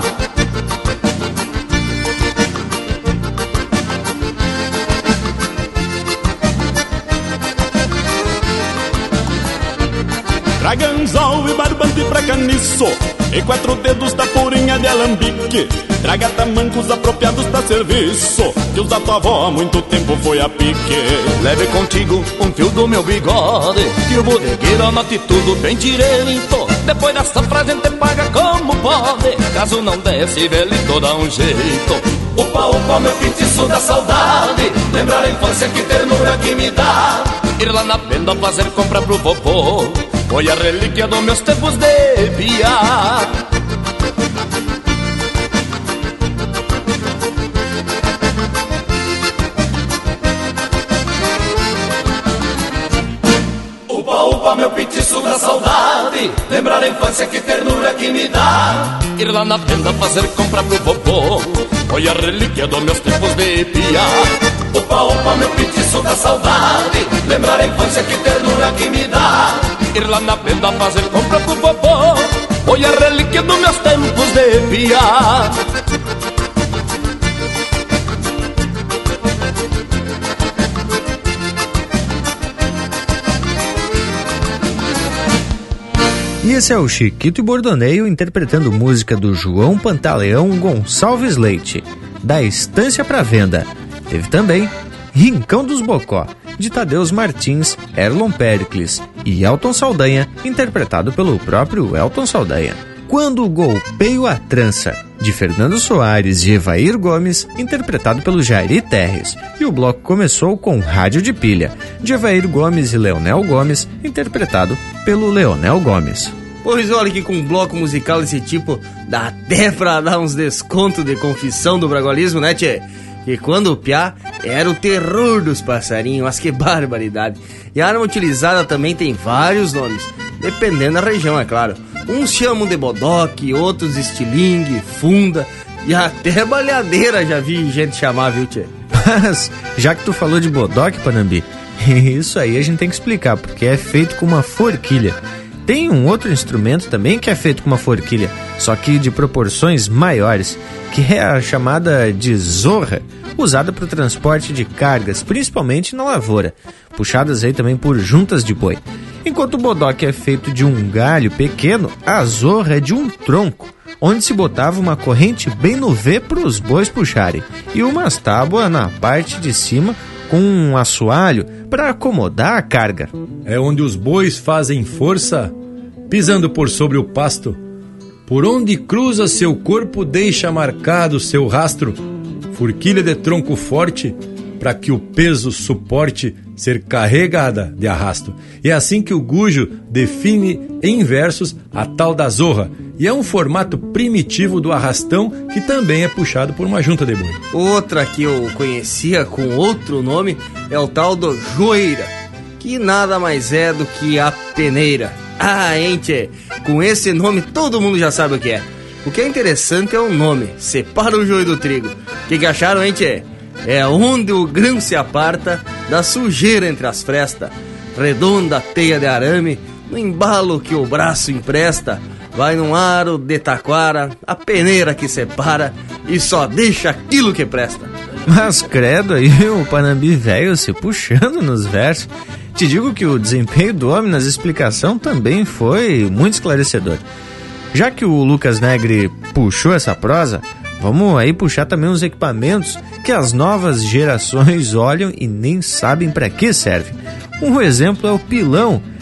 Speaker 4: Traga anzol e barbante pra caniço, e quatro dedos da purinha de alambique. Traga tamancos apropriados pra serviço, que os da tua avó há muito tempo foi a pique.
Speaker 7: Leve contigo um fio do meu bigode, que o bodegueiro anote tudo bem direito. Depois da safra a gente paga como pode, caso não desse velito dá um jeito.
Speaker 8: Opa, opa, meu petiço da saudade, lembrar a infância, que ternura que me dá.
Speaker 7: Ir lá na venda fazer compra pro vovô, foi a relíquia dos meus tempos de piá.
Speaker 8: Opa, opa, meu petiço da saudade, lembrar a infância, que ternura que me dá.
Speaker 7: Ir lá na venda fazer compra pro vovô, foi a relíquia dos meus tempos de piá.
Speaker 8: Opa, opa, meu petiço da saudade, lembrar a infância, que ternura que me dá.
Speaker 7: Ir lá na venda fazer compra pro vovô, foi a relíquia dos meus tempos de piá.
Speaker 2: E esse é o Chiquito e Bordoneio interpretando música do João Pantaleão Gonçalves Leite, da Estância pra Venda. Teve também Rincão dos Bocó, de Tadeus Martins, Erlon Pericles e Elton Saldanha, interpretado pelo próprio Elton Saldanha. Quando Golpeio a Trança, de Fernando Soares e Evair Gomes, interpretado pelo Jairi Terres. E o bloco começou com Rádio de Pilha, de Evair Gomes e Leonel Gomes, interpretado pelo Leonel Gomes.
Speaker 5: Pois olha que com um bloco musical desse tipo, dá até pra dar uns descontos de confissão do bragualismo, né, tchê? Que quando o piá era o terror dos passarinhos, mas que barbaridade. E a arma utilizada também tem vários nomes, dependendo da região, é claro. Uns chamam de bodoque, outros de estilingue, funda e até baleadeira já vi gente chamar, viu, tchê?
Speaker 2: Mas, já que tu falou de bodoque, Panambi, isso aí a gente tem que explicar, porque é feito com uma forquilha. Tem um outro instrumento também que é feito com uma forquilha, só que de proporções maiores, que é a chamada de zorra, usada para o transporte de cargas, principalmente na lavoura, puxadas aí também por juntas de boi. Enquanto o bodoque é feito de um galho pequeno, a zorra é de um tronco, onde se botava uma corrente bem no V para os bois puxarem, e umas tábuas na parte de cima com um assoalho para acomodar a carga.
Speaker 1: É onde os bois fazem força, pisando por sobre o pasto. Por onde cruza seu corpo deixa marcado seu rastro, forquilha de tronco forte, para que o peso suporte ser carregada de arrasto. E é assim que o Gujo define em versos a tal da zorra, e é um formato primitivo do arrastão que também é puxado por uma junta de boi.
Speaker 5: Outra que eu conhecia com outro nome é o tal do joeira, que nada mais é do que a peneira. Ah, hein, tchê? Com esse nome todo mundo já sabe o que é. O que é interessante é o nome, separa o joio do trigo. O que, que acharam, hein, tchê? É onde o grão se aparta da sujeira entre as frestas. Redonda teia de arame, no embalo que o braço empresta, vai num aro de taquara, a peneira que separa e só deixa aquilo que presta.
Speaker 2: Mas credo aí, o Panambi velho se puxando nos versos. Te digo que o desempenho do homem nas explicações também foi muito esclarecedor. Já que o Lucas Negri puxou essa prosa, vamos aí puxar também uns equipamentos que as novas gerações olham e nem sabem para que serve. Um exemplo é o pilão,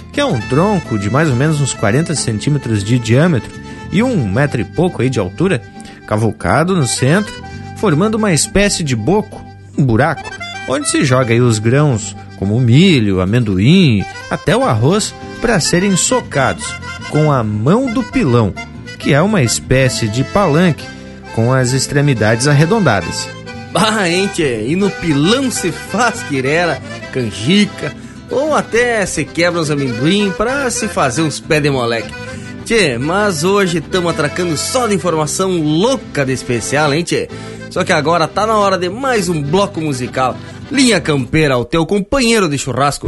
Speaker 2: que é um tronco de mais ou menos uns quarenta centímetros de diâmetro e um metro e pouco aí de altura, cavucado no centro, formando uma espécie de boco, um buraco, onde se joga aí os grãos como o milho, amendoim, até o arroz, para serem socados com a mão do pilão, que é uma espécie de palanque com as extremidades arredondadas.
Speaker 5: Ah, hein, tchê, e no pilão se faz quirera, canjica, ou até se quebra os amendoim para se fazer uns pé de moleque. Tchê, mas hoje estamos atracando só de informação louca de especial, hein, tchê? Só que agora tá na hora de mais um bloco musical. Linha Campeira, o teu companheiro de churrasco.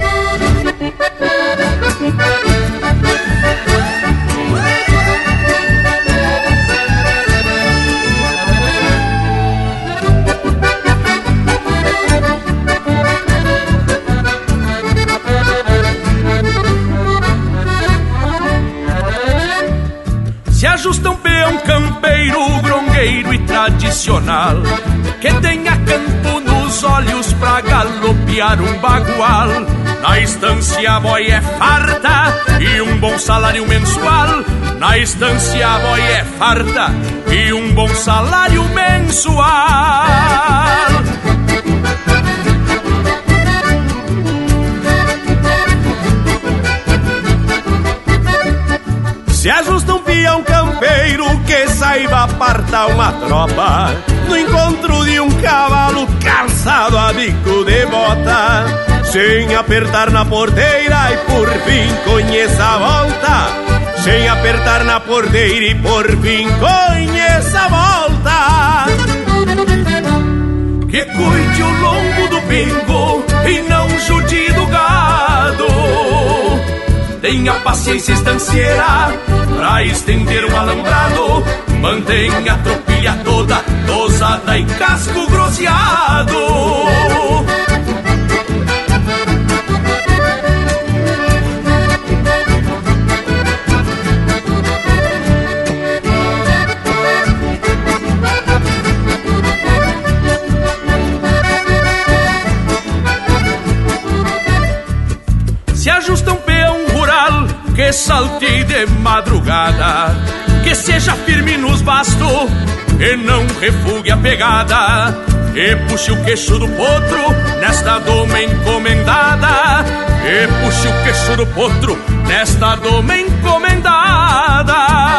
Speaker 9: Se ajusta um peão campeiro, grongueiro e tradicional, que tenha campo nos olhos pra galopear um bagual. Na estância a boia é farta e um bom salário mensual. Na estância a boia é farta e um bom salário mensual.
Speaker 4: Se ajusta um peão campeiro que saiba apartar uma tropa no encontro de um cavalo calçado a bico de bota, sem apertar na porteira e por fim conheça a volta, sem apertar na porteira e por fim conheça a volta.
Speaker 9: Que cuide o lombo do pingo e não judie do gado, tenha paciência estancieira pra estender um alambrado, mantenha a tropilha toda tosada e casco grosseado. Se ajusta um peão rural que salte de madrugada, que seja firme nos bastos e não refugue a pegada, e puxe o queixo do potro nesta doma encomendada, e puxe o queixo do potro nesta doma encomendada.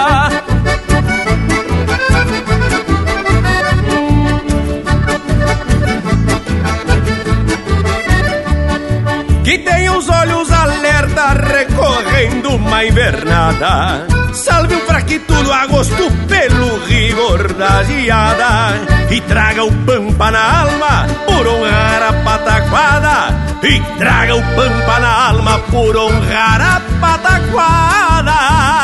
Speaker 4: Que tem os olhos alerta recorrendo uma invernada, salve um fraquitudo a gosto pelo rigor da geada, e traga o pampa na alma por honrar a pataquada, e traga o pampa na alma por honrar a pataquada.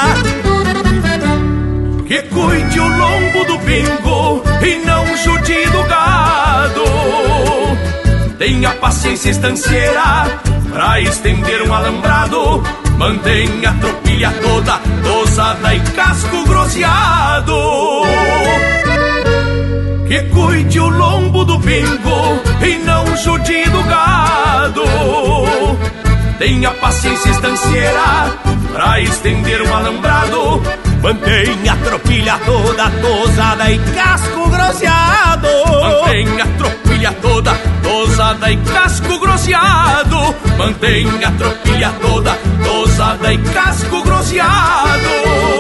Speaker 9: Que cuide o lombo do pingo e não judie do gado, tenha paciência estancieira pra estender um alambrado, mantenha a tropilha toda tosada e casco grosseado. Que cuide o lombo do pingo e não judie do gado, tenha paciência estancieira pra estender um alambrado,
Speaker 4: mantenha a tropilha toda tosada e casco grosseado.
Speaker 9: Mantenha a tropilha toda tosada e casco grosseado. Mantenha a tropilha toda tosada e casco grosseado.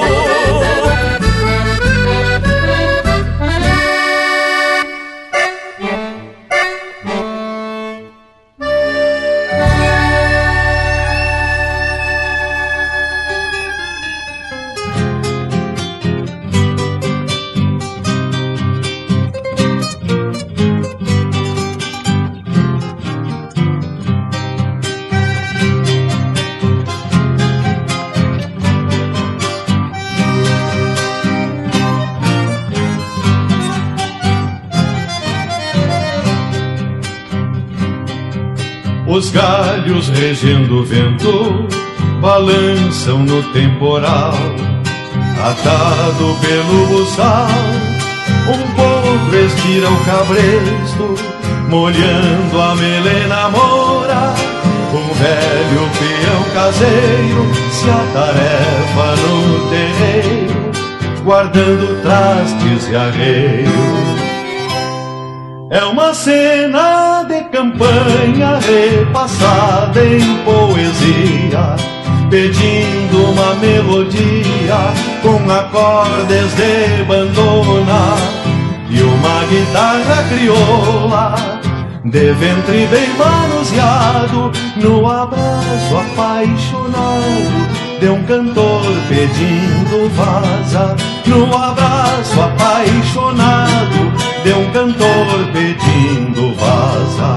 Speaker 3: Os galhos regendo o vento balançam no temporal, atado pelo buçal, um povo estira o cabresto, molhando a melena mora. Um velho peão caseiro se atarefa no terreiro, guardando trastes e arreios. É uma cena de campanha repassada em poesia, pedindo uma melodia com acordes de bandona e uma guitarra crioula de ventre bem manuseado, no abraço apaixonado de um cantor pedindo vaza. No abraço apaixonado de um cantor pedindo vaza.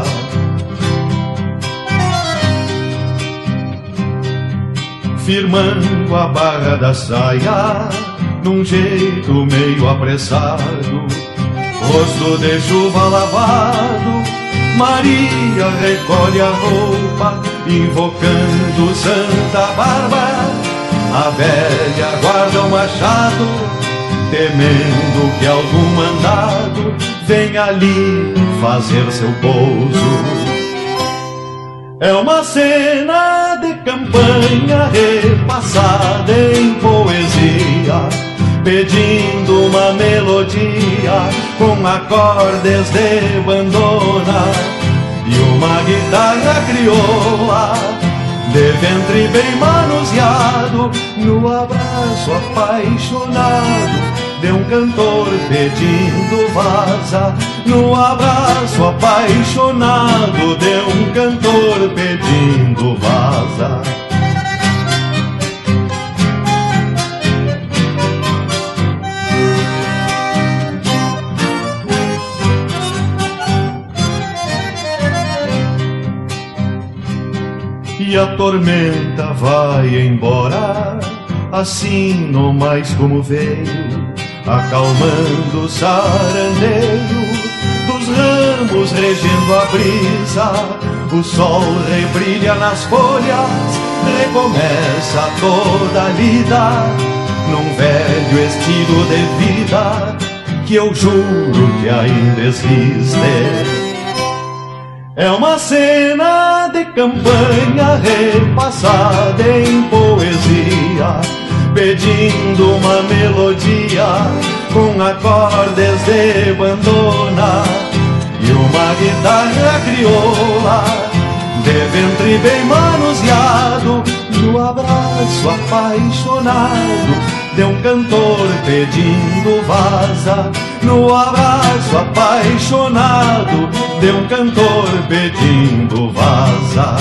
Speaker 3: Firmando a barra da saia num jeito meio apressado, rosto de chuva lavado, Maria recolhe a roupa, invocando Santa Bárbara. A velha guarda o machado, temendo que algum mandado venha ali fazer seu pouso. É uma cena de campanha repassada em poesia, pedindo uma melodia com acordes de bandona e uma guitarra crioula de ventre bem manuseado, no abraço apaixonado de um cantor pedindo vaza. No abraço apaixonado de um cantor pedindo vaza. E a tormenta vai embora, assim não mais como veio, acalmando o sarandeio dos ramos regendo a brisa. O sol rebrilha nas folhas, recomeça toda a lida num velho estilo de vida que eu juro que ainda existe. É uma cena de campanha repassada em poesia, pedindo uma melodia com acordes de bandona e uma guitarra crioula de ventre bem manuseado, no abraço apaixonado de um cantor pedindo vaza. No abraço apaixonado de um cantor pedindo vaza.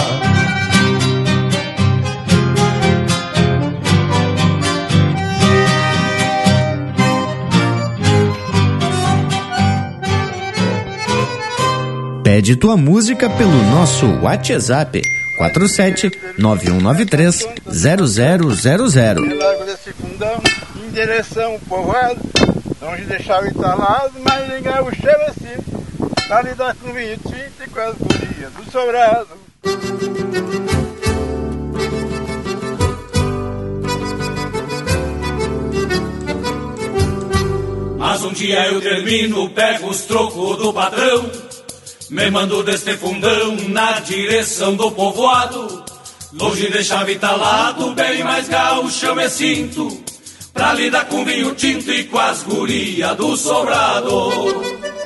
Speaker 2: Pede tua música pelo nosso WhatsApp quatro sete nove um nove três zero zero zero zero.
Speaker 10: Largo desse fundão em direção ao povoado, longe deixava entalado, mas ninguém o cheiro pra lidar com vinho tinta e com as gurias do sobrado.
Speaker 8: Mas um dia eu termino, pego os trocos do patrão, me mando deste fundão na direção do povoado. Longe deixava entalado, bem mais gaúcho eu me sinto, pra lidar com vinho tinto e com as gurias do sobrado.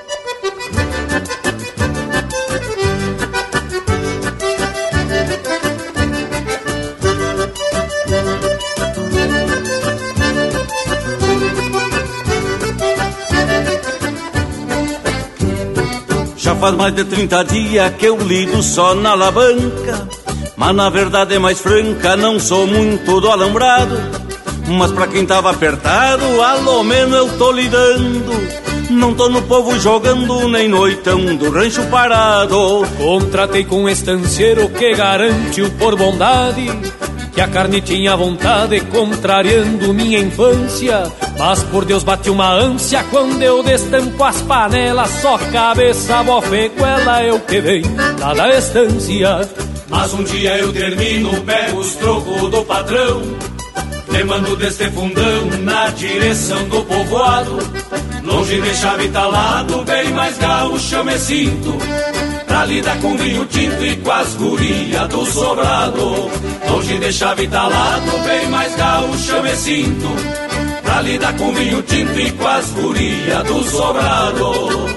Speaker 11: Já faz mais de trinta dias que eu lido só na alavanca, mas na verdade é mais franca, não sou muito do alambrado. Mas pra quem tava apertado, alô menos eu tô lidando. Não tô no povo jogando, nem noitão do rancho parado.
Speaker 6: Contratei com um estanceiro que garantiu por bondade que a carne tinha vontade, contrariando minha infância. Mas por Deus bate uma ânsia quando eu destampo as panelas, só cabeça, bofeguela é o que vem lá da estância.
Speaker 8: Mas um dia eu termino, pego os trocos do patrão, me mando deste fundão na direção do povoado. Longe deixava entalado, bem mais gaúcho eu me sinto, pra pra lidar com vinho tinto e com as gurias do sobrado. Longe de chave talado, bem mais gaúcho me sinto, pra lidar com vinho tinto e com as gurias do sobrado.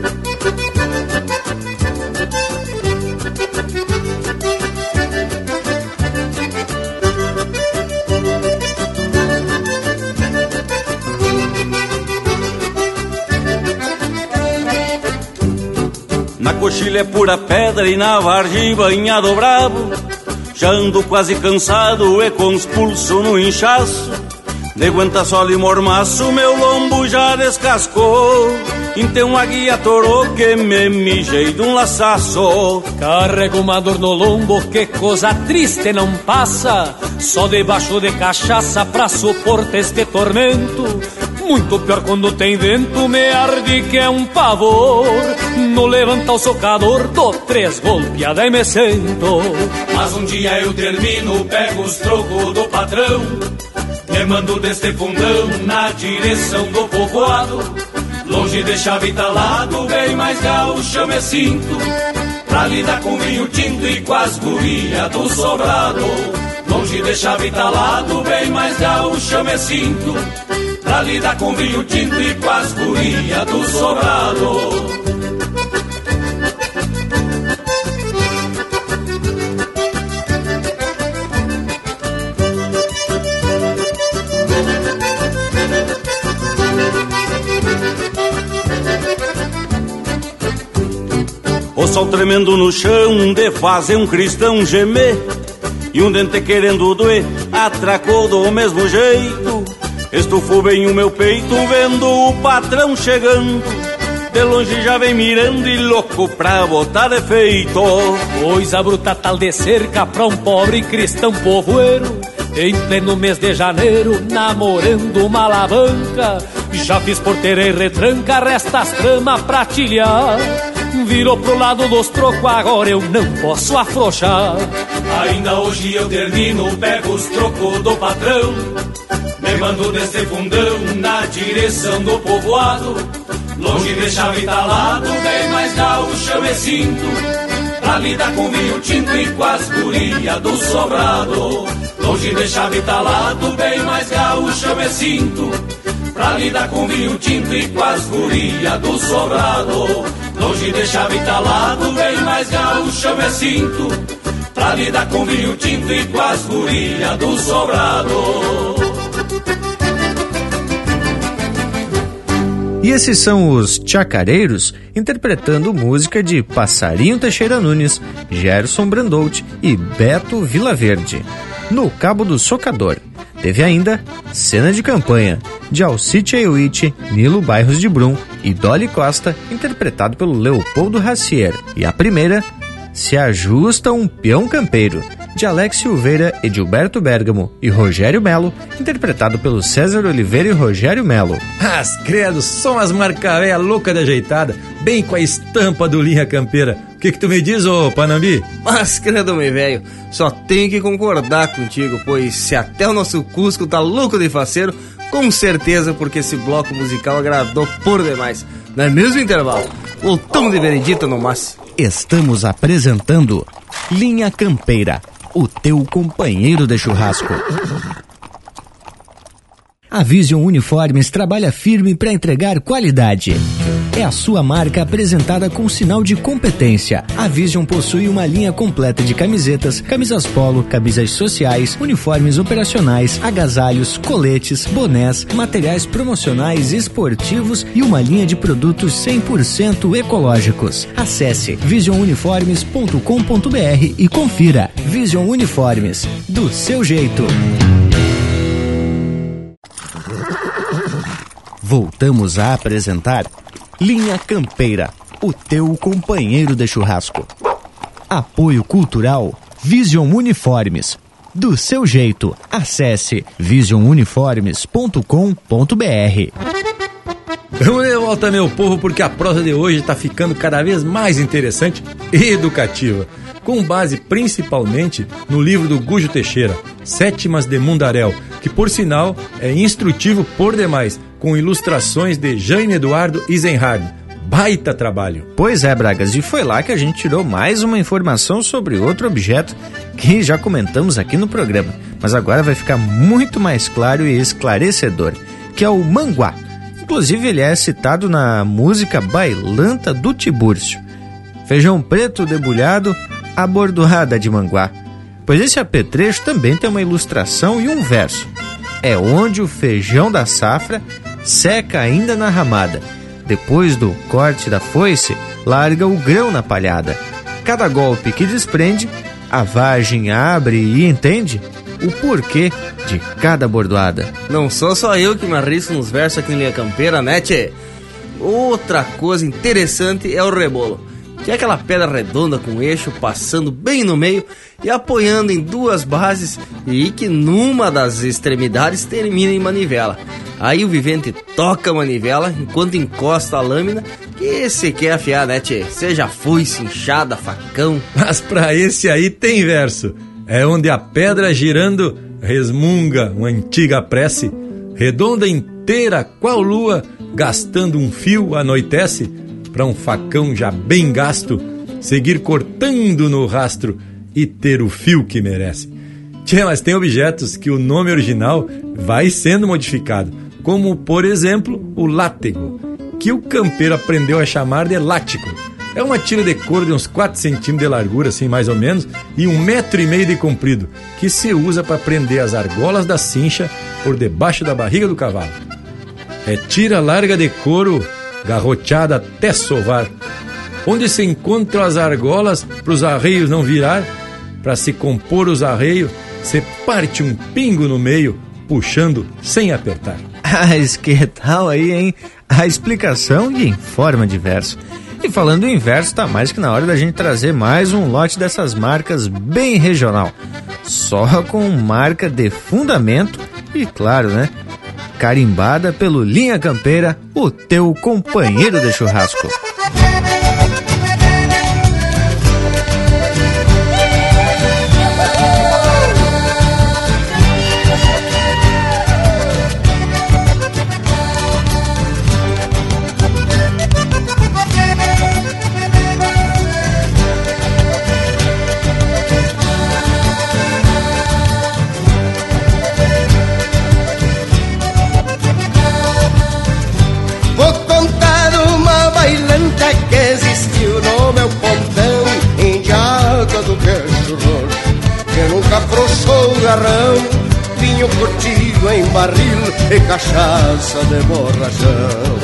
Speaker 11: Na coxilha é pura pedra e na vargem banhado bravo. Já ando quase cansado e com os pulsos no inchaço. De aguenta sol e mormaço, meu lombo já descascou. Então a guia torou que me mijei de um laçaço.
Speaker 7: Carrego uma dor no lombo, que coisa triste não passa. Só debaixo de cachaça pra suportar este tormento. Muito pior quando tem vento, me arde que é um pavor. No levantar o socador, dou três golpeadas e me sento.
Speaker 8: Mas um dia eu termino, pego os trocos do patrão, me mando deste fundão na direção do povoado. Longe de chave talado, bem mais gaúcho eu me sinto, pra lidar com vinho tinto e com as gurias do sobrado. Longe de chave talado, bem mais gaúcho eu me sinto, pra lidar com vinho tinto e com as gurias do sobrado.
Speaker 11: O sol tremendo no chão de fazer um cristão gemer, e um dente querendo doer atracou do mesmo jeito. Estufou bem o meu peito vendo o patrão chegando, de longe já vem mirando e louco pra botar defeito.
Speaker 7: Coisa bruta tal de cerca pra um pobre cristão povoeiro, em pleno mês de janeiro, namorando uma alavanca. Já fiz porteira e retranca, resta as tramas pra tilhar. Virou pro lado dos trocos, agora eu não posso afrouxar.
Speaker 8: Ainda hoje eu termino, pego os trocos do patrão, me mando deste fundão na direção do povoado. Longe de chave talado, bem mais gaúcho eu me sinto, pra lidar com vinho tinto e com as gurias do sobrado. Longe de chave talado, bem mais gaúcho eu me sinto, pra lidar com vinho tinto e com as gurias do sobrado. Longe de chave talado, bem mais gaúcho eu me sinto, pra lidar com vinho tinto e com as gurias do sobrado.
Speaker 2: E esses são os Chacareiros, interpretando música de Passarinho Teixeira Nunes, Gerson Brandout e Beto Vilaverde. No Cabo do Socador, teve ainda Cena de Campanha, de Alcite Aiuite, Nilo Bairros de Brum e Dolly Costa, interpretado pelo Leopoldo Racier. E a primeira, Se Ajusta um Peão Campeiro, de Alex Silveira, Edilberto Bergamo e Rogério Melo, interpretado pelo César Oliveira e Rogério Melo.
Speaker 1: As credo, são as marcavéia louca de ajeitada, bem com a estampa do Linha Campeira. O que que tu me diz, ô Panambi?
Speaker 5: Mas credo, meu velho, só tenho que concordar contigo, pois se até o nosso Cusco tá louco de faceiro, com certeza porque esse bloco musical agradou por demais. Não é mesmo, intervalo? Voltamos de veredita no máximo.
Speaker 2: Estamos apresentando Linha Campeira, o teu companheiro de churrasco. A Vision Uniformes trabalha firme para entregar qualidade. É a sua marca apresentada com sinal de competência. A Vision possui uma linha completa de camisetas, camisas polo, camisas sociais, uniformes operacionais, agasalhos, coletes, bonés, materiais promocionais e esportivos e uma linha de produtos cem por cento ecológicos. Acesse vision uniformes ponto com ponto b r e confira. Vision Uniformes, do seu jeito. Voltamos a apresentar Linha Campeira, o teu companheiro de churrasco. Apoio Cultural Vision Uniformes, do seu jeito. Acesse vision uniformes ponto com ponto b r.
Speaker 1: Vamos de volta, meu povo, porque a prosa de hoje está ficando cada vez mais interessante e educativa, com base principalmente no livro do Gujo Teixeira, Sétimas de Mundaréu, que por sinal é instrutivo por demais, com ilustrações de Jaime Eduardo Eisenhard. baita trabalho.
Speaker 2: Pois é, Bragas, e foi lá que a gente tirou mais uma informação sobre outro objeto que já comentamos aqui no programa, mas agora vai ficar muito mais claro e esclarecedor, que é o manguá. Inclusive ele é citado na música Bailanta do Tibúrcio. Feijão preto debulhado, a bordoada de manguá. Pois esse apetrecho também tem uma ilustração e um verso. É onde o feijão da safra seca ainda na ramada. Depois do corte da foice, larga o grão na palhada. Cada golpe que desprende, a vagem abre e entende o porquê de cada bordoada.
Speaker 5: Não sou só eu que me arrisco nos versos aqui em Linha Campeira, né, tchê? Outra coisa interessante é o rebolo, que é aquela pedra redonda com eixo passando bem no meio e apoiando em duas bases e que numa das extremidades termina em manivela. Aí o vivente toca a manivela enquanto encosta a lâmina que se quer afiar, né, tchê? Seja foice, enxada, facão.
Speaker 1: Mas pra esse aí tem verso. É onde a pedra girando resmunga uma antiga prece, redonda inteira qual lua, gastando um fio anoitece, pra um facão já bem gasto seguir cortando no rastro e ter o fio que merece. Tchê, mas tem objetos que o nome original vai sendo modificado, como, por exemplo, o látego, que o campeiro aprendeu a chamar de lático. É uma tira de couro de uns quatro centímetros de largura, assim mais ou menos, e um metro e meio de comprido, que se usa para prender as argolas da cincha por debaixo da barriga do cavalo. É tira larga de couro, garroteada até sovar, onde se encontram as argolas para os arreios não virar. Para se compor os arreios, se parte um pingo no meio, puxando sem apertar.
Speaker 2: Ah, que tal aí, hein? A explicação e em forma de verso. E falando em verso, tá mais que na hora da gente trazer mais um lote dessas marcas bem regional. Só com marca de fundamento e, claro, né? Carimbada pelo Linha Campeira, o teu companheiro de churrasco.
Speaker 4: Afrouxou o garrão, vinho curtido em barril e cachaça de borrachão.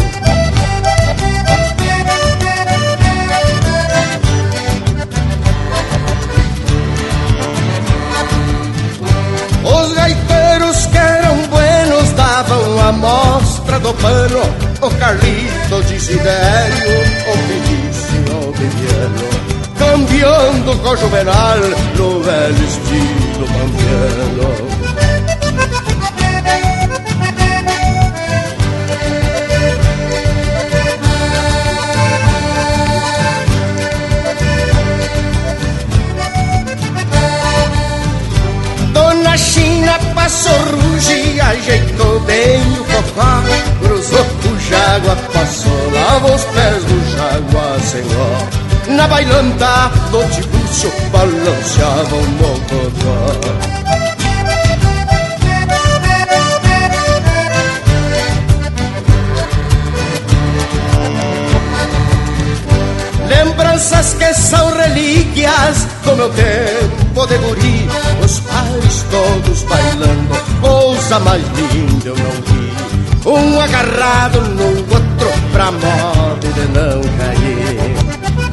Speaker 4: Os gaiteiros que eram buenos davam a mostra do pano, o Carlito Desidério, o Felício Viviano, cambiando com o Juvenal no velho estilo pampiano. Dona China passou ruge e ajeitou bem o cocó, cruzou o Jágua, passou, lavou os pés do Jágua sem ó. Na bailanta do Tibúrcio balanceava um mocotó. Lembranças que são relíquias do meu tempo de guri, os pais todos bailando, coisa mais linda eu não vi. Um agarrado no outro pra modo de não cair.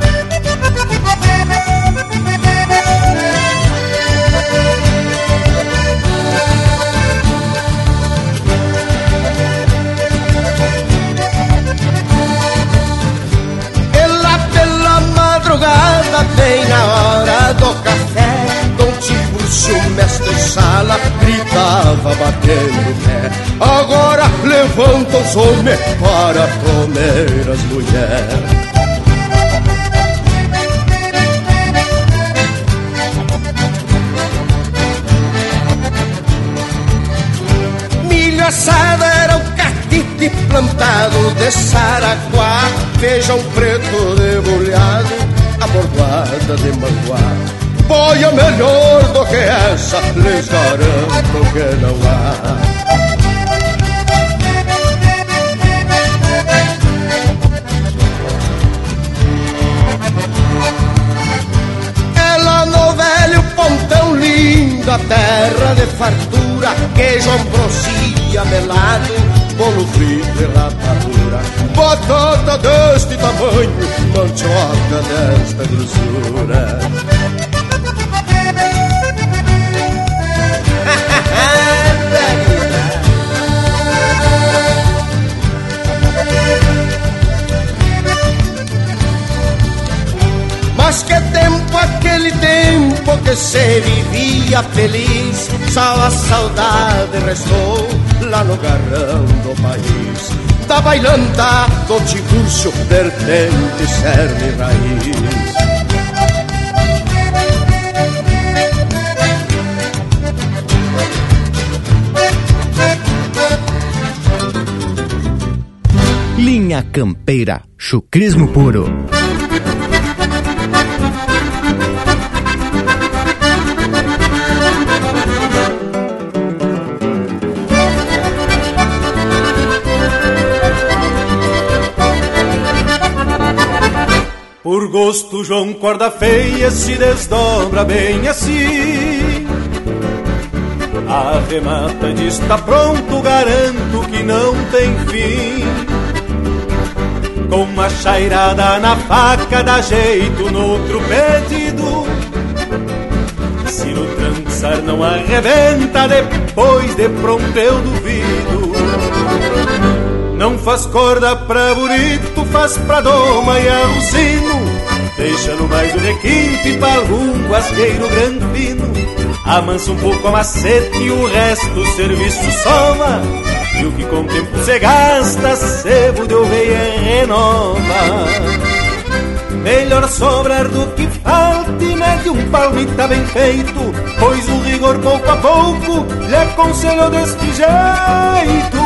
Speaker 4: Bem na hora do café, Dom Tibúrcio, mestre sala, gritava batendo pé: agora levanta os homens para comer as mulheres. Milho assado era o catite de plantado de Saraguá, feijão preto debulhado, a bordoada de manguá. Boia melhor do que essa, lhes garanto que não há. Pontão lindo, a terra de fartura, queijo ambrosia melado, bolo frito e rapadura, batata deste tamanho, mandioca desta grossura. Mas que tempo, aquele tempo que se vivia feliz, só a saudade restou lá no garrão do país. Da bailanta, do tiburcio, vertente, cerne e raiz.
Speaker 2: Linha Campeira, chucrismo puro.
Speaker 4: Por gosto João Corda Feia se desdobra bem assim. Arremata de está pronto, garanto que não tem fim. Com uma chairada na faca dá jeito no outro pedido. Se no trançar não arrebenta, depois de pronto eu duvido. Não faz corda pra burito, faz pra doma e alucino. Deixa no mais o requinte e pra algum guasqueiro granfino. Amansa um pouco a macete e o resto o serviço soma. E o que com o tempo se gasta, sebo de oveia renova. Melhor sobrar do que falta e mete um palmita bem feito, pois o rigor pouco a pouco lhe aconselho deste jeito.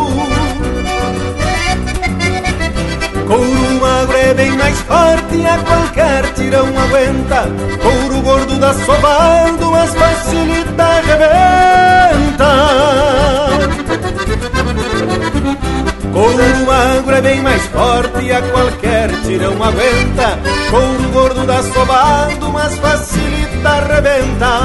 Speaker 4: Couro magro é bem mais forte, a qualquer tirão aguenta. Couro gordo dá sovado, mas facilita arrebenta. Couro magro é bem mais forte, a qualquer tirão aguenta. Couro gordo dá sovado, mas facilita arrebenta.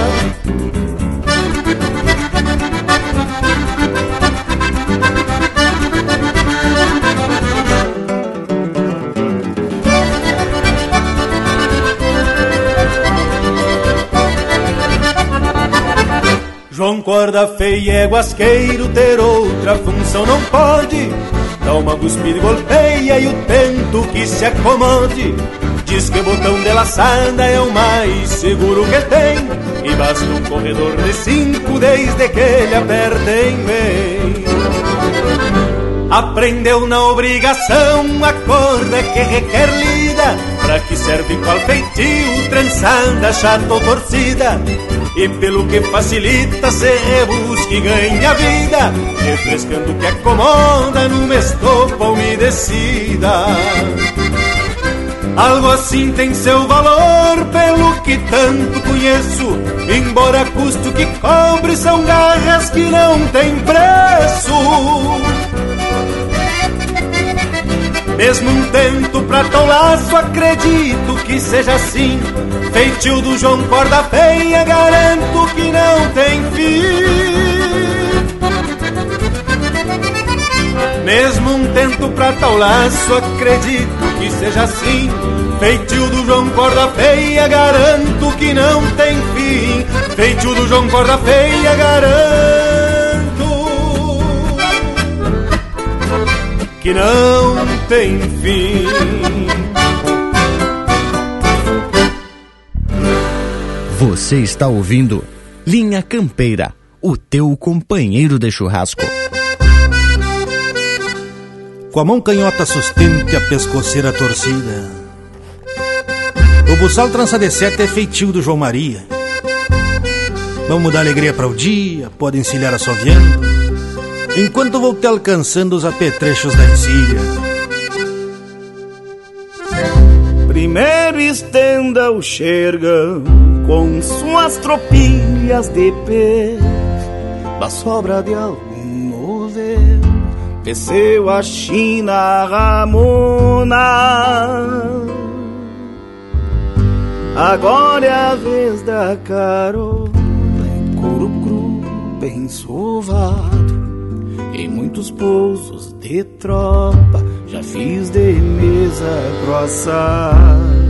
Speaker 4: João Corda Feia é guasqueiro, ter outra função não pode. Dá uma cuspida e golpeia e o tento que se acomode. Diz que o botão de laçada é o mais seguro que tem, e basta um corredor de cinco desde que ele aperta em bem. Aprendeu na obrigação a corda que requer lida, pra que serve qual feitio, trançada, chata ou torcida. E pelo que facilita, se rebusca e ganha vida, refrescando o que acomoda numa estopa umedecida. Algo assim tem seu valor, pelo que tanto conheço, embora custe o que cobre, são garras que não tem preço. Mesmo um tento pra tão laço, acredito que seja assim. Feitio do João Corda Feia, garanto que não tem fim. Mesmo um tento pra tal laço, acredito que seja assim. Feitio do João Corda Feia, garanto que não tem fim. Feitio do João Corda Feia, garanto que não tem fim.
Speaker 2: Você está ouvindo Linha Campeira, o teu companheiro de churrasco.
Speaker 12: Com a mão canhota sustente a pescoceira torcida, o buçal trança de sete é feitio do João Maria. Vamos dar alegria para o dia, pode encilhar assoviando, enquanto vou te alcançando os apetrechos da encilha.
Speaker 13: Primeiro estenda o xergão com suas tropilhas de pé, da sobra de algum novelo, desceu a China Ramona. Agora é a vez da carona, em couro cru, bem sovado, em muitos pousos de tropa, já fiz de mesa grossado.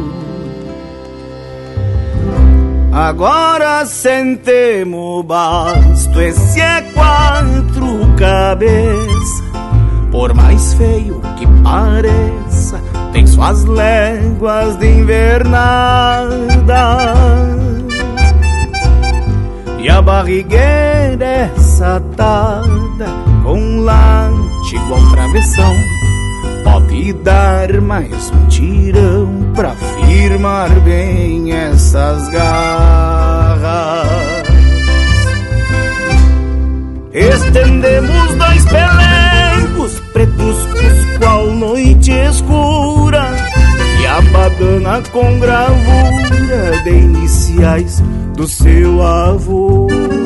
Speaker 13: Agora sentemos basto, esse é quatro cabeças, por mais feio que pareça, tem suas léguas de invernada. E a barrigueira é satada com lante igual travessão, pode dar mais um tirão pra firmar bem essas garras. Estendemos dois pelegos pretos qual noite escura, e a badana com gravura de iniciais do seu avô.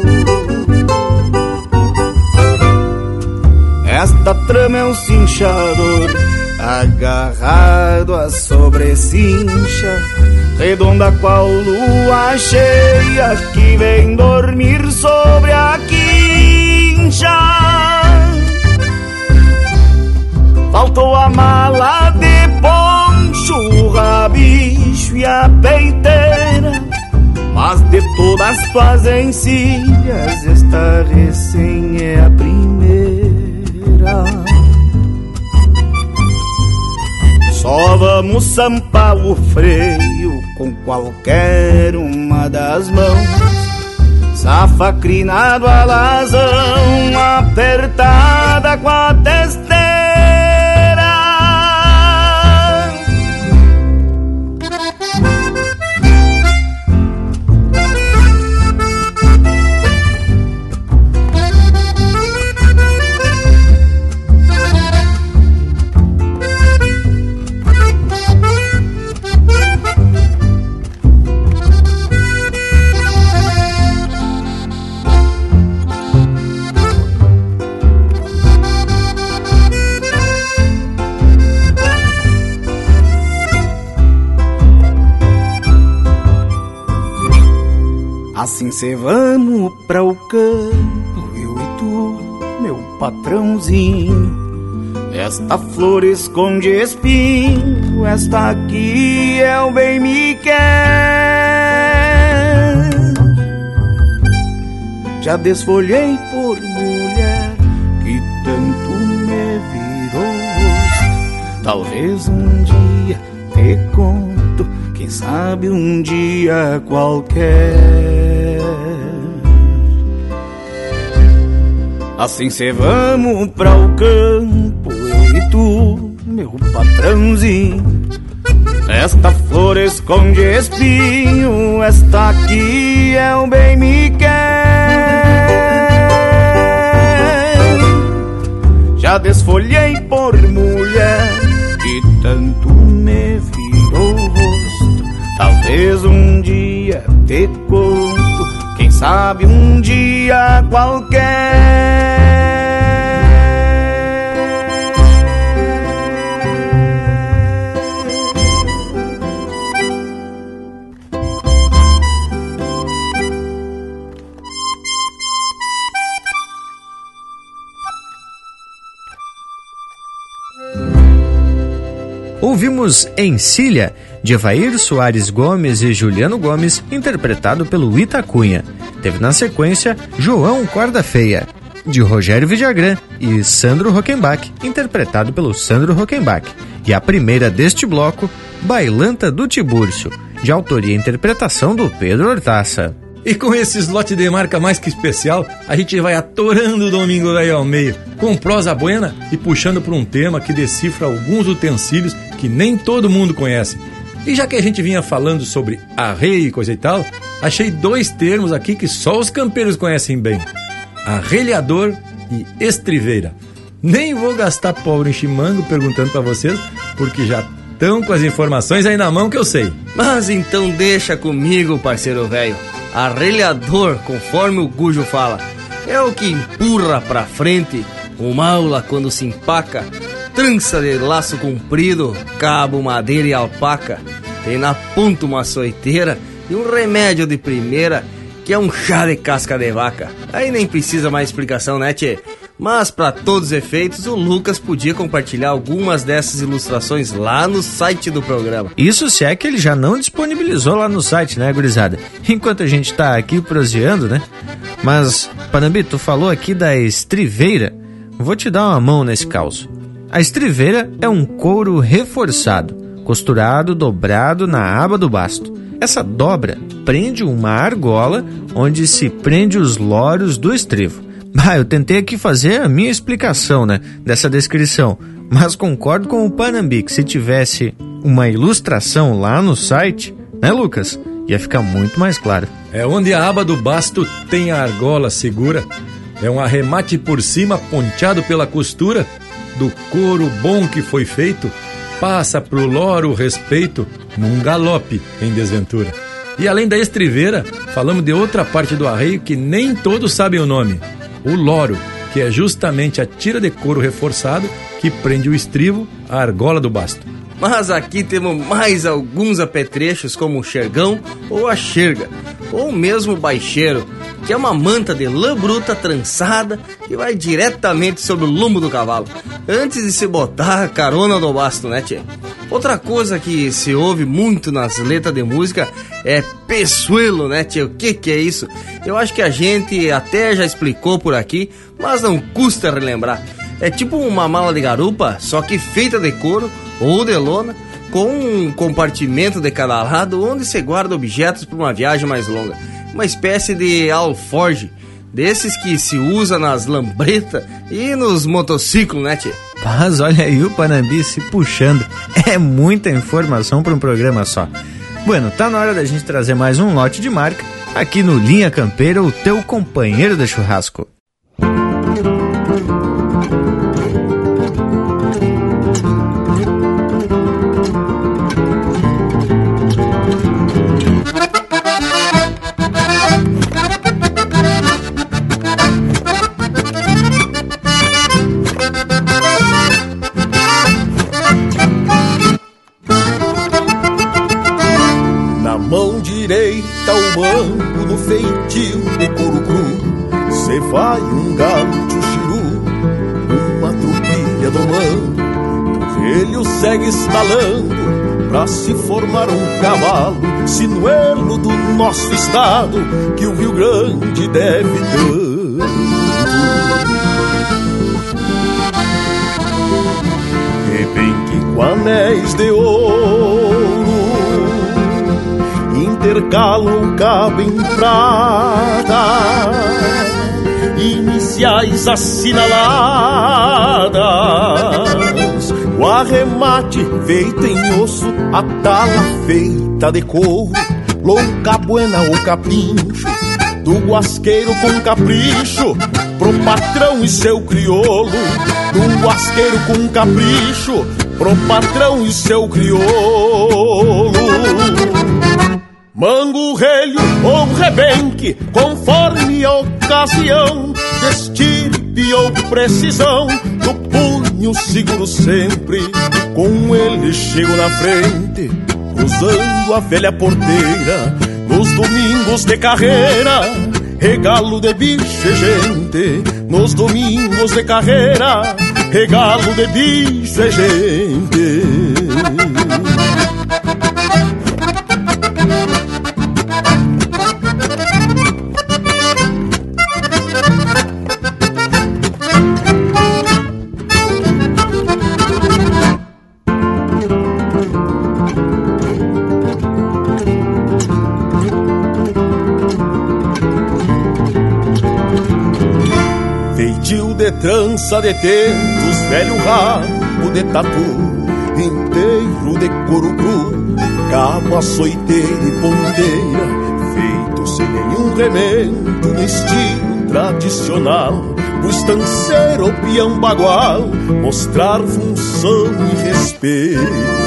Speaker 13: Esta trama é um cinchador agarrado à sobrecincha, redonda qual lua cheia que vem dormir sobre a quincha. Faltou a mala de poncho, o rabicho e a peiteira, mas de todas as tuas encilhas esta recém é a primeira. Só vamos sampar o freio com qualquer uma das mãos, safacrinado a lazão, apertada com a testeira. Assim cê vamos pra o campo, eu e tu, meu patrãozinho. Esta flor esconde espinho, esta aqui é o bem me quer. Já desfolhei por mulher que tanto me virou rosto. Talvez um dia te conto, quem sabe um dia qualquer. Assim cê vamos pra o campo, eu e tu, meu patrãozinho. Esta flor esconde espinho, esta aqui é o bem me quer. Já desfolhei por mulher que tanto me virou o rosto. Talvez um dia te conto, quem sabe um dia qualquer.
Speaker 2: Ouvimos Encilha, de Evair Soares Gomes e Juliano Gomes, interpretado pelo Itacunha. Teve na sequência João Corda Feia, de Rogério Vidagrã e Sandro Rockenbach, interpretado pelo Sandro Rockenbach. E a primeira deste bloco, Bailanta do Tibúrcio, de autoria e interpretação do Pedro Hortaça.
Speaker 1: E com esse slot de marca mais que especial, a gente vai atorando o domingo daí ao meio, com prosa buena e puxando por um tema que decifra alguns utensílios que nem todo mundo conhece. E já que a gente vinha falando sobre arreio e coisa e tal, achei dois termos aqui que só os campeiros conhecem bem: arrelhador e estriveira. Nem vou gastar pobre em chimango perguntando pra vocês, porque já estão com as informações aí na mão que eu sei.
Speaker 5: Mas então deixa comigo, parceiro velho. Arrelhador, conforme o Gujo fala, é o que empurra pra frente o maula quando se empaca, trança de laço comprido, cabo, madeira e alpaca. Tem na ponta uma soiteira e um remédio de primeira, que é um chá de casca de vaca. Aí nem precisa mais explicação, né, tchê? Mas, para todos os efeitos, o Lucas podia compartilhar algumas dessas ilustrações lá no site do programa.
Speaker 2: Isso se é que ele já não disponibilizou lá no site, né, gurizada? Enquanto a gente tá aqui proseando, né? Mas, Panambi, tu falou aqui da estriveira. Vou te dar uma mão nesse caos. A estriveira é um couro reforçado, costurado, dobrado na aba do basto. Essa dobra prende uma argola onde se prende os loros do estrivo. Ah, eu tentei aqui fazer a minha explicação, né, dessa descrição, mas concordo com o Panambi que se tivesse uma ilustração lá no site, né, Lucas, ia ficar muito mais claro.
Speaker 1: É onde a aba do basto tem a argola segura, é um arremate por cima ponteado pela costura do couro bom que foi feito, passa pro loro o respeito num galope em desventura. E além da estriveira, falamos de outra parte do arreio que nem todos sabem o nome. O loro, que é justamente a tira de couro reforçado que prende o estrivo à argola do basto.
Speaker 5: Mas aqui temos mais alguns apetrechos como o xergão ou a xerga, ou mesmo o baixeiro, que é uma manta de lã bruta trançada que vai diretamente sobre o lombo do cavalo, antes de se botar a carona do basto, né, tchê? Outra coisa que se ouve muito nas letras de música é peçuelo, né, tchê? O que que é isso? Eu acho que a gente até já explicou por aqui, mas não custa relembrar. É tipo uma mala de garupa, só que feita de couro ou de lona, com um compartimento de cada lado onde se guarda objetos para uma viagem mais longa. Uma espécie de alforge, desses que se usa nas lambretas e nos motociclos, né, tchê?
Speaker 2: Mas olha aí o Panambi se puxando. É muita informação para um programa só. Bueno, tá na hora da gente trazer mais um lote de marca aqui no Linha Campeira, o teu companheiro de churrasco.
Speaker 4: O mango no feitio de couro cru, cê vai um gaúcho chiru, uma trupilha domando, o relho segue estalando pra se formar um cavalo, sinuelo do nosso estado que o Rio Grande deve tanto. Rebenque com anéis de ouro intercalam o cabo em prata, iniciais assinaladas, o arremate feito em osso, a tala feita de couro, louca buena ou capincho, do guasqueiro com capricho, pro patrão e seu crioulo, do guasqueiro com capricho, pro patrão e seu crioulo. Mango, relho ou rebenque, conforme a ocasião, de estirpe ou precisão, do punho seguro sempre, com ele chego na frente, cruzando a velha porteira, nos domingos de carreira, regalo de bicho e gente, nos domingos de carreira, regalo de bicho e gente. De trança de tentos, velho rabo de tatu, inteiro de couro cru, cabo, açoiteira e ponteira, feito sem nenhum remendo, no estilo tradicional, o estanceiro ou peão bagual, mostrar função e respeito.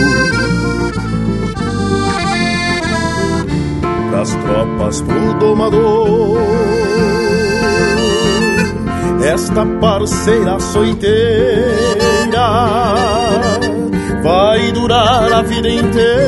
Speaker 4: Das tropas pro domador, esta parceira açoiteira vai durar a vida inteira,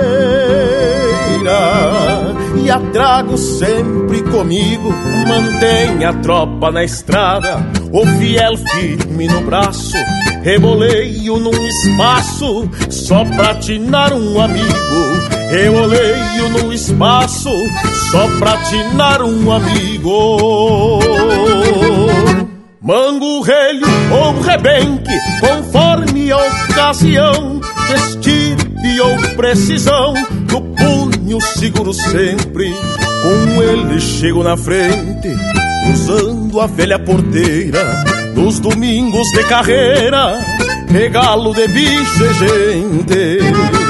Speaker 4: e a trago sempre comigo, mantém a tropa na estrada, o fiel firme no braço, reboleio num espaço, só pra tinar um amigo. Reboleio no espaço, só pra tinar um amigo. Mango, relho ou rebenque, conforme a ocasião, estirpe ou precisão, no punho seguro sempre, com ele chego na frente, usando a velha porteira, nos domingos de carreira, regalo de bicho e gente.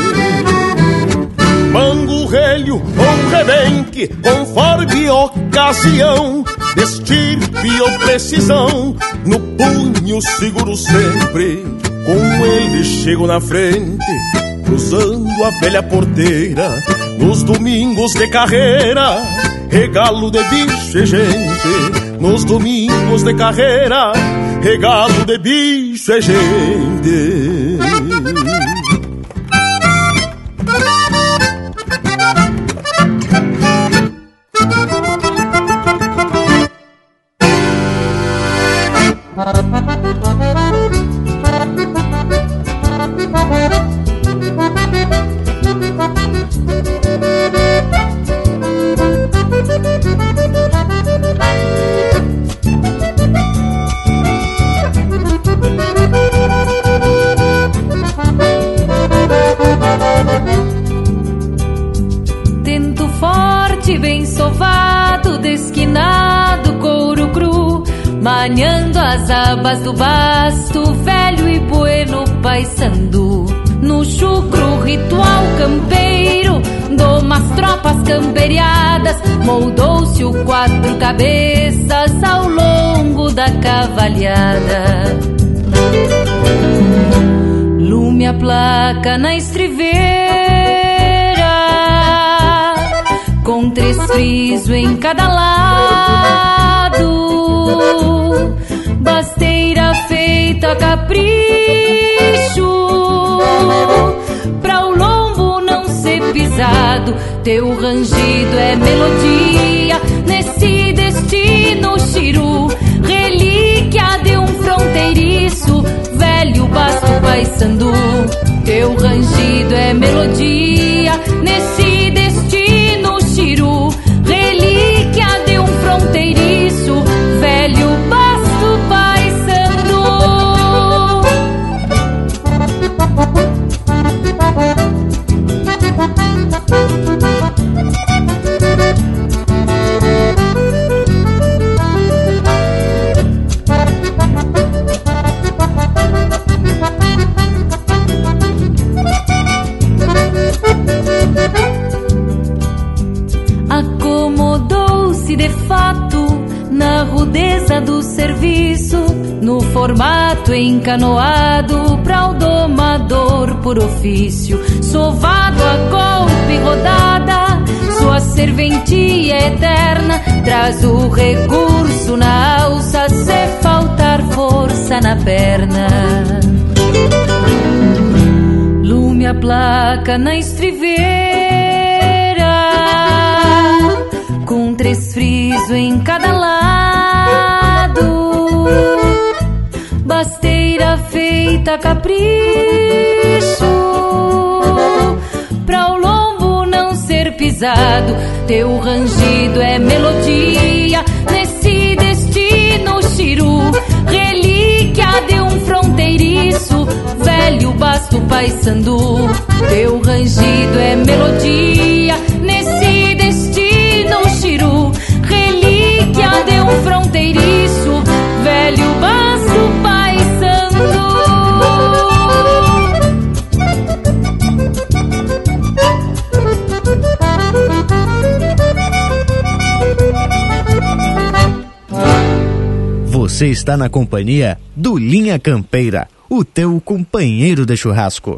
Speaker 4: Mango, relho ou rebenque, conforme ocasião, estirpe ou precisão, no punho seguro sempre, com ele chego na frente, cruzando a velha porteira, nos domingos de carreira, regalo de bicho e gente. Nos domingos de carreira, regalo de bicho e gente.
Speaker 14: Tento forte, bem sovado, desquinado, couro cru, manhando as abas do basto, velho e bueno paisandu. No chucro ritual campeiro, domas tropas camperiadas, moldou-se o quatro cabeças ao longo da cavalhada. Lume a placa na estriveira, com três friso em cada lado, basteira feita a capricho, pra o lombo não ser pisado. Teu rangido é melodia nesse destino chiru, relíquia de um fronteiriço, velho basto paisandu. Teu rangido é melodia nesse destino chiru, relíquia de um fronteiriço, velho basto paisandu. Acomodou-se de fato na rudeza do serviço, no formato encanoado pra o domador por ofício, sovado a golpe rodada, sua serventia eterna traz o recurso na alça, se faltar força na perna. Lume a placa na estriveira, com três friso em cada lado, basteira feita a capricho, pra o lombo não ser pisado. Teu rangido é melodia nesse destino chiru, relíquia de um fronteiriço, velho basto paisandu. Teu rangido é melodia nesse destino chiru, relíquia de um fronteiriço, velho basto paisandu.
Speaker 2: Você está na companhia do Linha Campeira, o teu companheiro de churrasco.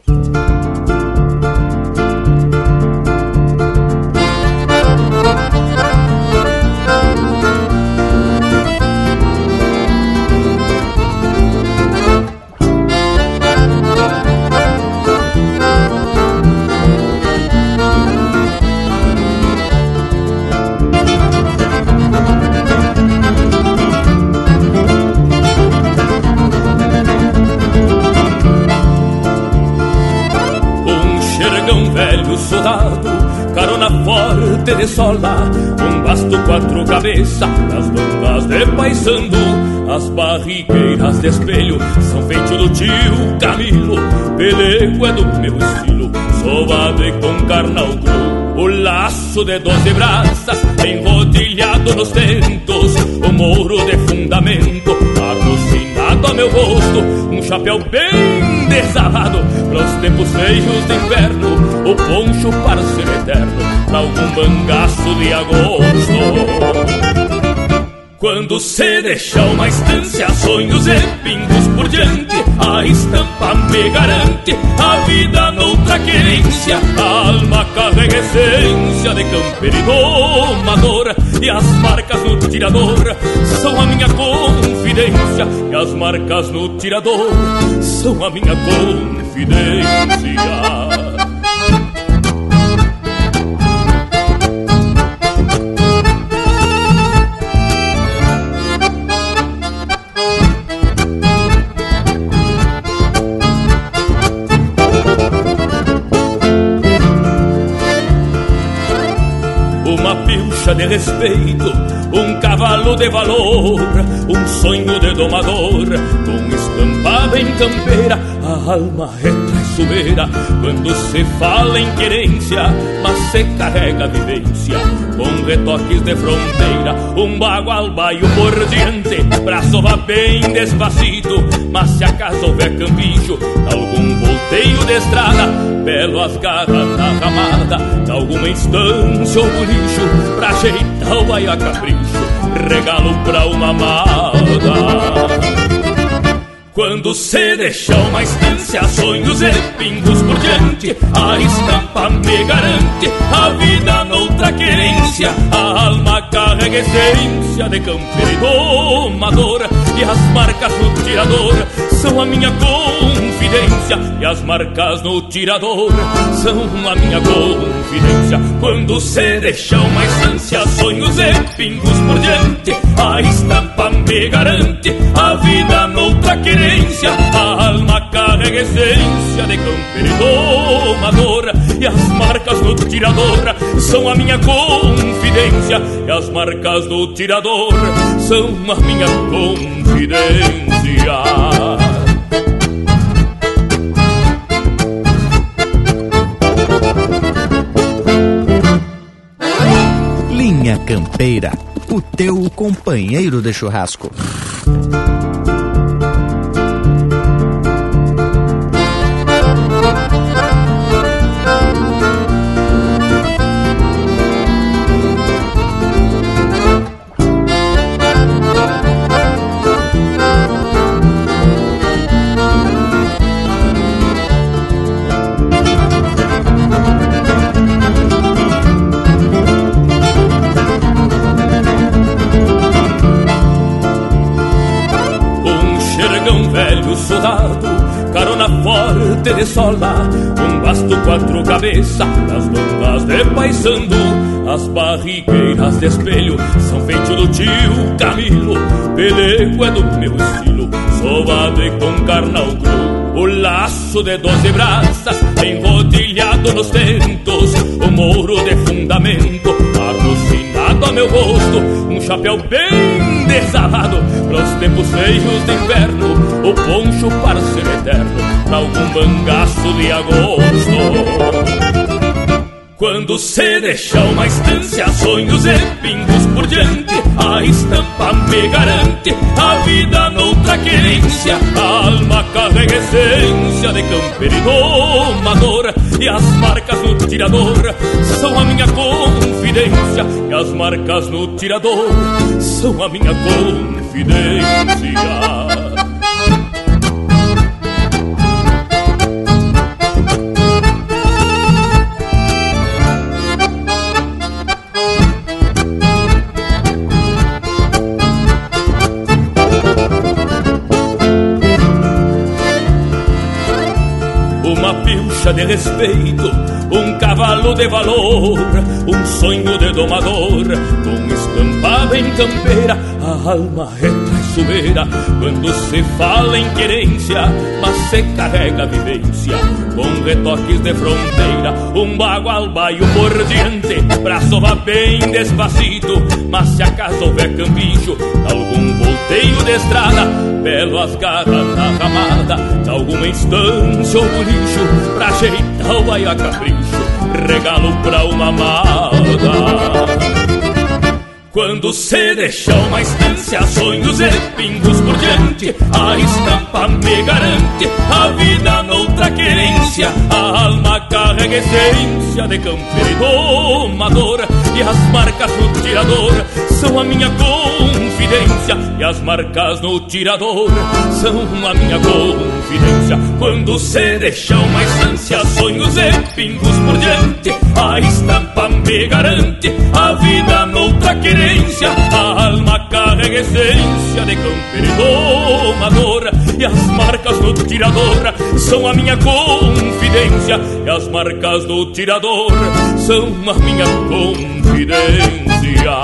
Speaker 6: Carona forte de sola, um basto quatro cabeça, nas longas de paisando. As barrigueiras de espelho são feito do tio Camilo. Pelego é do meu estilo, sovado com carnal cru. O laço de doze braças, enrodilhado nos tentos. O mouro de fundamento, alucinado a meu rosto. Um chapéu bem desalado, pros tempos feios de inverno. O poncho parceiro eterno, pra algum bangaço de agosto. Quando se deixa uma estância, sonhos e pingos por diante, a estampa me garante a vida noutra querência. A alma carrega essência de campeira e domadora, e as marcas no tirador são a minha confidência. E as marcas no tirador são a minha confidência. De respeito, um cavalo de valor, um sonho de domador, com estampa bem campeira, a alma é traiçoeira quando se fala em querência, mas se carrega a vivência com retoques de fronteira. Um bagual baio por diante, braço va bem despacito, mas se acaso houver cambicho, algum volteio de estrada, belo as garras na ramada, alguma instância ou bolicho, pra ajeitar o baio a capricho, regalo pra uma amada. Quando se deixa uma estância, sonhos e pingos por diante, a estampa me garante a vida noutra querência. A alma carrega essência de campeira e domadora, e as marcas no tirador são a minha confidência. E as marcas no tirador são a minha confidência. Quando se deixa uma estância, sonhos e pingos por diante, a estampa me garante a vida noutra querência. A alma carrega essência de campeira e domadora, e as marcas no tirador são a minha confidência. E as marcas no tirador são a minha confidência.
Speaker 2: Linha Campeira, o teu companheiro de churrasco.
Speaker 6: Carona forte de sola, um basto quatro cabeça, nas longas de paisando. As barrigueiras de espelho são feito do tio Camilo. Pelego é do meu estilo, sovado e com carnal cru. O laço de doze braças, enrodilhado nos tentos. O mouro de fundamento, alucinado a meu rosto. Um chapéu bem desalado, pros tempos feios de inverno. O poncho parceiro eterno, pra algum bangaço de agosto.
Speaker 9: Quando se deixa uma estância, sonhos e pingos por diante, a estampa me garante a vida noutra querência. A alma carrega essência de campeiro e domador, e as marcas no tirador são a minha confidência. E as marcas no tirador são a minha confidência. Uma pilcha de respeito, um cavalo de valor, um sonho de domador, com estampa bem campeira. A alma é traiçoeira quando se fala em querência, mas se carrega a vivência com retoques de fronteira. Um bagual baio por diante, pra sovar bem despacito, mas se acaso houver cambicho, algum volteio de estrada, belo as garras na ramada, de alguma instância ou lixo, pra ajeitar o baio a capricho, regalo pra uma amada. Quando se deixa uma estância, sonhos e pingos por diante, a estampa me garante a vida noutra querência. A alma carrega essência de campeiro e domador, e as marcas no tirador são a minha confidência. E as marcas no tirador são a minha confidência. Quando se deixa uma estância, sonhos e pingos por diante, a estampa me garante a vida noutra querência. A alma carrega essência de campeiro e domador, e as marcas no tirador são a minha confidência. E as marcas no tirador são a minha confidência.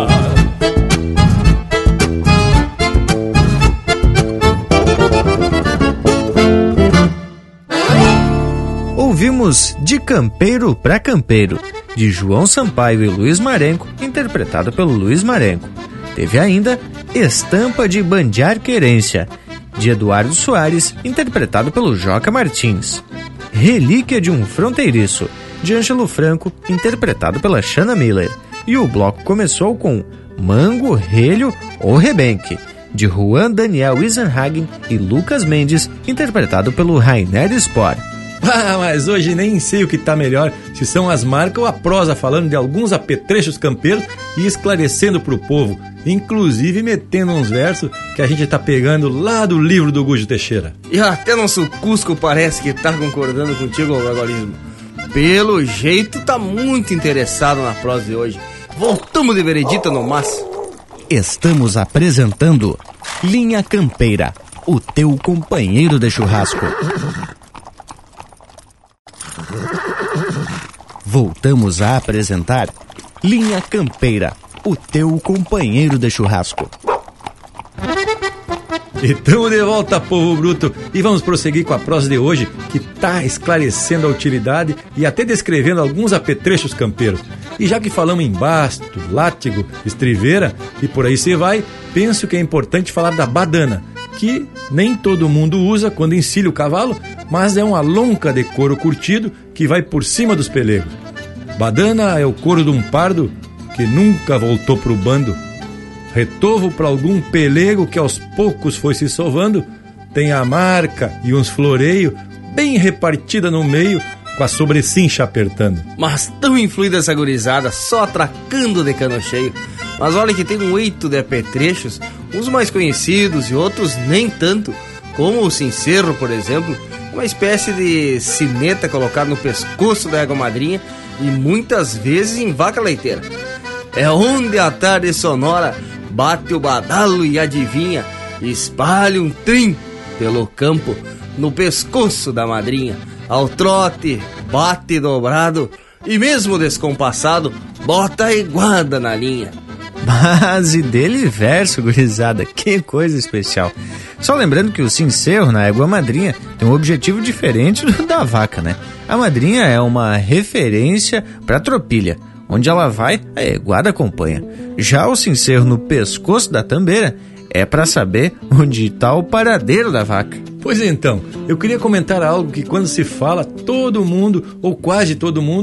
Speaker 2: Ouvimos De Campeiro pra Campeiro, de João Sampaio e Luiz Marenco, interpretado pelo Luiz Marenco. Teve ainda Estampa de Bandear Querência, de Eduardo Soares, interpretado pelo Joca Martins. Relíquia de um Fronteiriço, de Ângelo Franco, interpretado pela Shanna Miller. E o bloco começou com Mango, Relho ou Rebenque, de Juan Daniel Eisenhagen e Lucas Mendes, interpretado pelo Rainer Spor.
Speaker 1: Ah, mas hoje nem sei o que tá melhor, se são as marcas ou a prosa, falando de alguns apetrechos campeiros e esclarecendo pro povo, inclusive metendo uns versos que a gente tá pegando lá do livro do Gujo Teixeira.
Speaker 5: E até nosso Cusco parece que tá concordando contigo, Bragualismo. Pelo jeito tá muito interessado na prosa de hoje. Voltamos de veredita no mas.
Speaker 2: Estamos apresentando Linha Campeira, o teu companheiro de churrasco. Voltamos a apresentar Linha Campeira, o teu companheiro de churrasco.
Speaker 1: E tamo de volta, povo bruto, e vamos prosseguir com a prosa de hoje, que tá esclarecendo a utilidade e até descrevendo alguns apetrechos campeiros. E já que falamos em basto, látigo, estriveira e por aí se vai, penso que é importante falar da badana, que nem todo mundo usa quando encilha o cavalo, mas é uma lonca de couro curtido que vai por cima dos pelegos. Badana é o couro de um pardo que nunca voltou pro bando. Retovo para algum pelego que aos poucos foi se sovando, tem a marca e uns floreios bem repartida no meio, com a sobrecincha apertando.
Speaker 5: Mas tão influída essa gurizada, só atracando de cano cheio. Mas olha que tem um eito de apetrechos, uns mais conhecidos e outros nem tanto, como o cincerro, por exemplo, uma espécie de sineta colocada no pescoço da égua madrinha e muitas vezes em vaca leiteira. É onde a tarde sonora bate o badalo e adivinha, espalha um trim pelo campo no pescoço da madrinha. Ao trote, bate dobrado e mesmo descompassado, bota a iguada na linha.
Speaker 2: Base dele verso, gurizada, que coisa especial. Só lembrando que o cincerro na égua madrinha tem um objetivo diferente do da vaca, né? A madrinha é uma referência para tropilha. Onde ela vai, a iguada acompanha. Já o cincerro no pescoço da tambeira é para saber onde está o paradeiro da vaca.
Speaker 1: Pois então, eu queria comentar algo que quando se fala, todo mundo, ou quase todo mundo,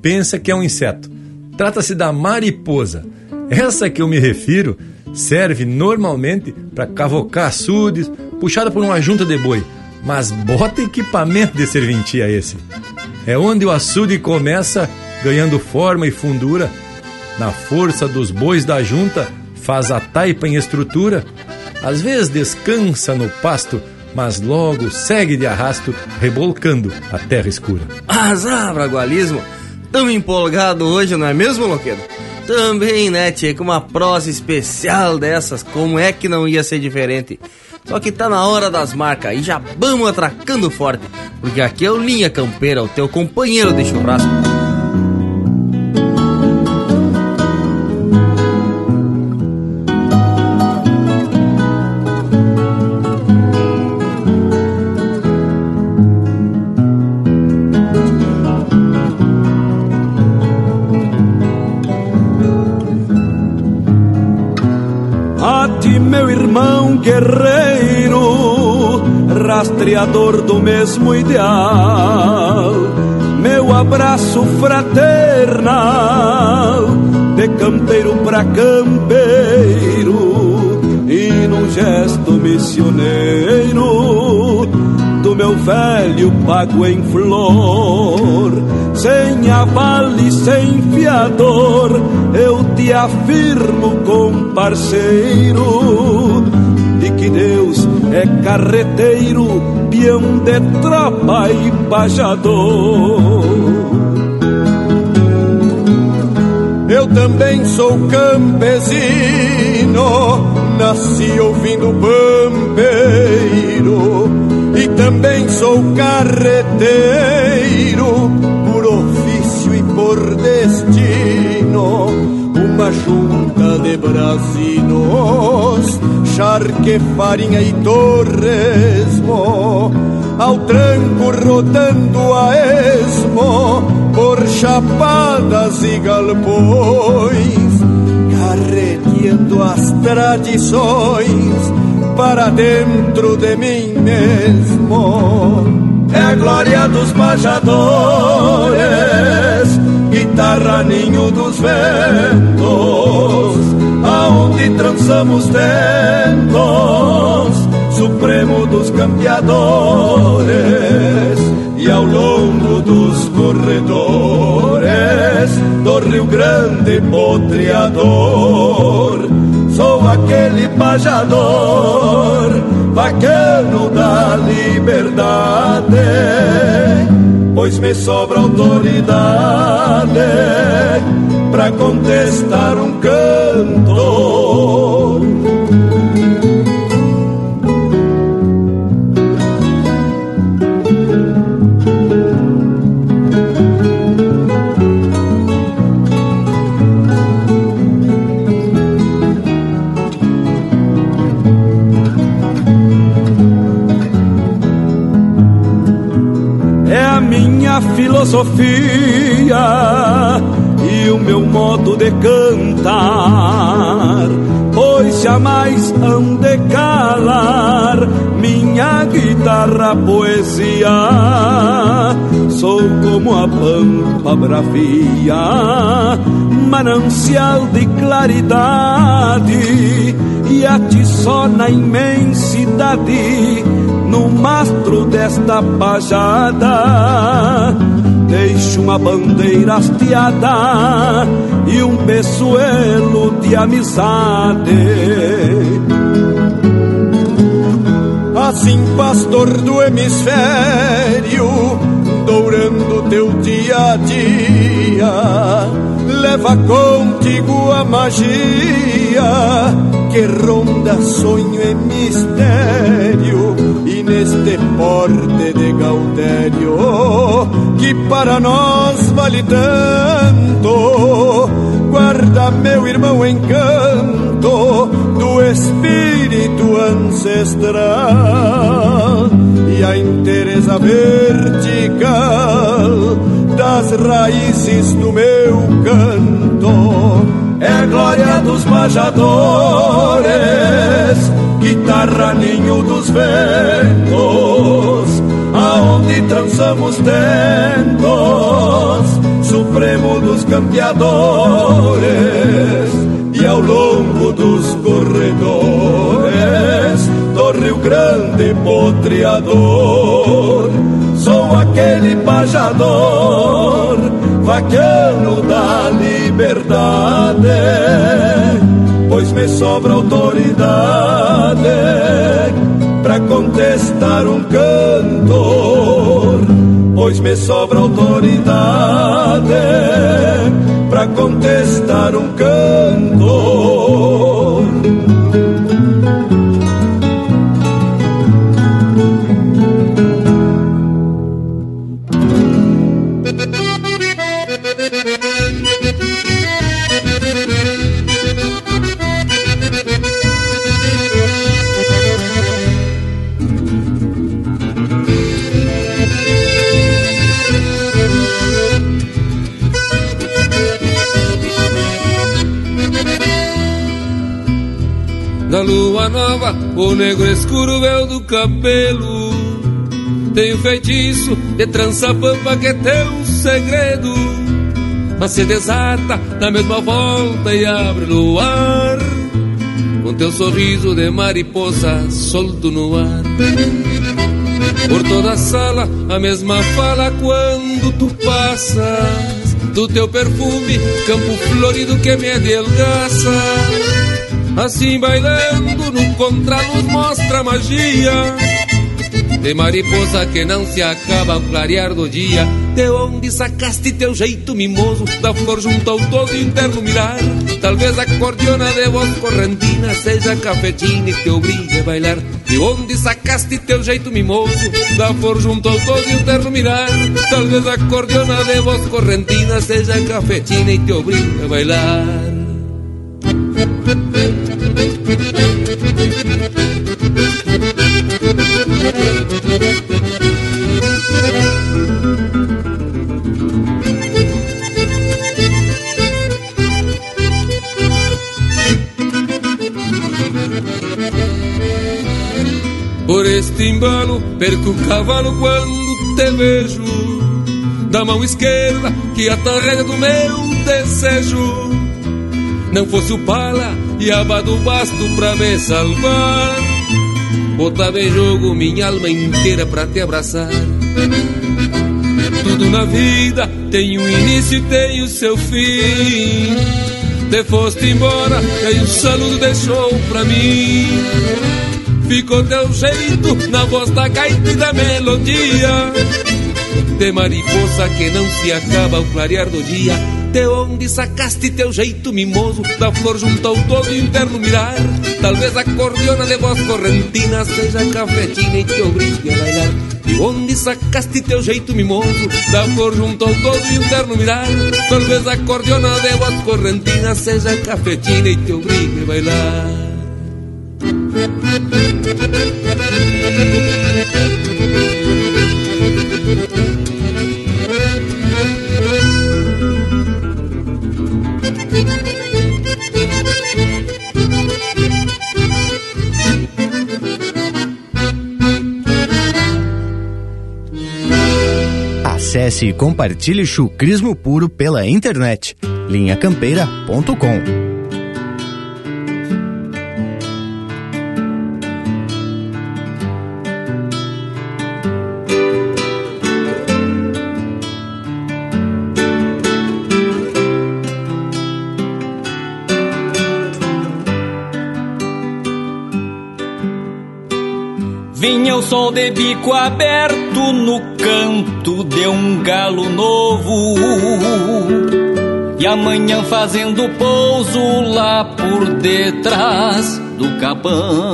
Speaker 1: pensa que é um inseto. Trata-se da mariposa. Essa que eu me refiro serve normalmente para cavocar açudes, puxada por uma junta de boi. Mas bota equipamento de serventia esse. É onde o açude começa ganhando forma e fundura. Na força dos bois da junta, faz a taipa em estrutura. Às vezes descansa no pasto, mas logo segue de arrasto, rebolcando a terra escura.
Speaker 5: Azar, bragualismo! Tamo empolgado hoje, não é mesmo, Loquedo? Também, né, tchê, com uma prosa especial dessas, como é que não ia ser diferente? Só que tá na hora das marcas e já vamos atracando forte, porque aqui é o Linha Campeira, o teu companheiro de churrasco.
Speaker 4: Meu irmão guerreiro, rastreador do mesmo ideal, meu abraço fraternal, de campeiro pra campeiro, e num gesto missioneiro, do meu velho pago em flor, sem aval e sem fiador, eu te afirmo, comparceiro, de que Deus é carreteiro, peão de tropa e pajador. Eu também sou campesino, nasci ouvindo pampeiro, e também sou carreteiro, por ofício e por destino, uma junta de brasinos, charque, farinha e torresmo, ao tranco rodando a esmo, por chapadas e galpões, carreteando as tradições para dentro de mim mesmo. É a glória dos pajadores, guitarra ninho dos ventos, aonde trançamos tentos, supremo dos campeadores, e ao longo dos corredores do Rio Grande potreador, sou aquele pajador, bacano da liberdade, pois me sobra autoridade pra contestar um canto. Minha filosofia e o meu modo de cantar, pois jamais hão de calar minha guitarra poesia. Sou como a pampa bravia, manancial de claridade, e atiçona na imensidade no mastro desta pajada. Deixo uma bandeira hasteada e um peçoelo de amizade. Assim, pastor do hemisfério, dourando teu dia a dia, leva contigo a magia que ronda sonho e mistério, e neste porte de Gaudério, que para nós vale tanto, guarda, meu irmão, encanto do espírito ancestral e a inteireza vertical das raízes do meu canto. É a glória dos pajadores, guitarra ninho dos ventos, aonde trançamos tentos, supremo
Speaker 3: vaqueadores, e ao longo dos corredores do Rio Grande potreador, sou aquele pajador, vaquiano da liberdade, pois me sobra autoridade pra contestar um cantor, pois me sobra autoridade pra contestar um cantor.
Speaker 7: Da lua nova, o negro escuro véu do cabelo, tem o feitiço de trança pampa que é teu segredo, mas se desata na mesma volta e abre no ar, com teu sorriso de mariposa solto no ar. Por toda a sala a mesma fala quando tu passas, do teu perfume, campo florido que me adelgaça. Assim bailando num contraluz mostra a magia de mariposa que não se acaba ao clarear do dia. De onde sacaste teu jeito mimoso, da flor junto ao todo interno mirar? Talvez a cordiona de voz correntina seja cafetina e te obrigue a bailar. De onde sacaste teu jeito mimoso, da flor junto ao todo interno mirar? Talvez a cordiona de voz correntina seja cafetina e te obrigue a bailar. Por este embalo perco o cavalo quando te vejo, da mão esquerda que atarrega do meu desejo. Não fosse o pala e aba do basto pra me salvar, botava em jogo minha alma inteira pra te abraçar. Tudo na vida tem um início e tem o seu fim. Te foste embora e o saludo deixou pra mim. Ficou teu jeito na voz da gaita e da melodia, de mariposa que não se acaba ao clarear do dia. De onde sacaste teu jeito mimoso, da flor junto ao todo interno mirar? Talvez a cordiona de voz correntina seja cafetina e te obrigue a bailar. De onde sacaste teu jeito mimoso, da flor junto ao todo interno mirar? Talvez a cordiona de voz correntina seja cafetina e te obrigue a bailar.
Speaker 2: Acesse e compartilhe chucrismo puro pela internet. linha campeira ponto com.
Speaker 15: Vinha o sol de bico aberto no canto de um galo novo, e amanhã fazendo pouso lá por detrás do capão.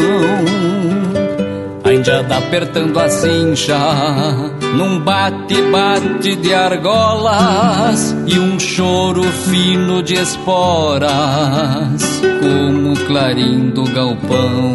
Speaker 15: A indiada apertando a cincha num bate-bate de argolas e um choro fino de esporas como o clarim do galpão.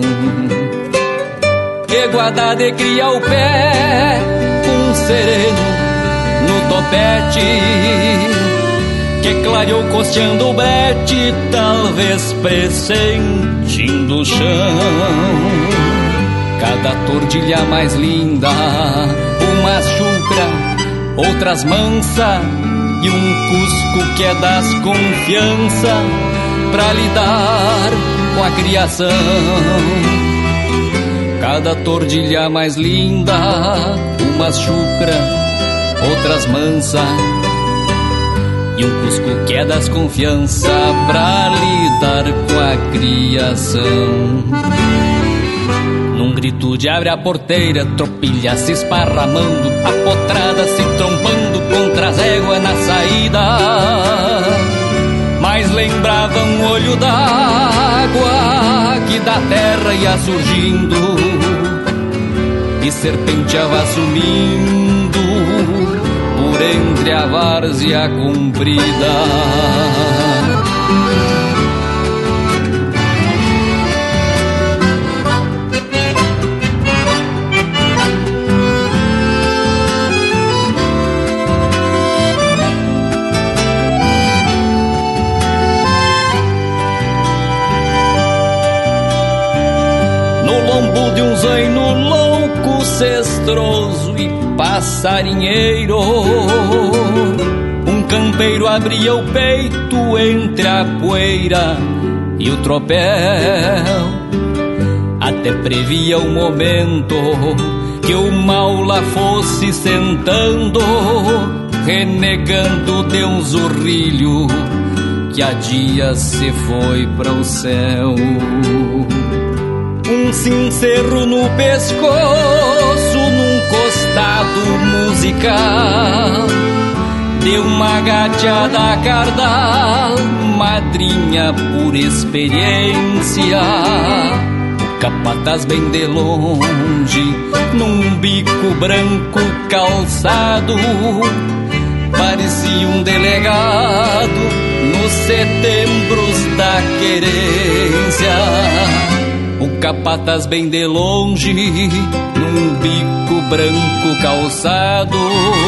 Speaker 15: Eguada de cria o pé, um sereno no topete, que clareou costeando o brete, talvez pressentindo o chão. Cada tordilha mais linda, umas chucra, outras mansa, e um cusco que é das confiança pra lidar com a criação. Cada tordilha mais linda, umas chucra, outras mansa, e um cusco que é das confiança pra lidar com a criação. Num grito de abre a porteira, tropilha se esparramando, a potrada se trombando contra as éguas na saída. Mas lembrava um olho d'água que da terra ia surgindo e serpenteava sumindo por entre a várzea comprida. De um zaino louco, cestroso e passarinheiro, um campeiro abria o peito entre a poeira e o tropel. Até previa o momento que o mal lá fosse sentando, renegando de um zurrilho que há dias se foi para o céu. Um cincerro no pescoço, num costado musical, deu uma gateada cardal, madrinha por experiência. O capataz bem de longe, num bico branco calçado, parecia um delegado nos setembros da querência. O capataz bem de longe, num bico branco calçado,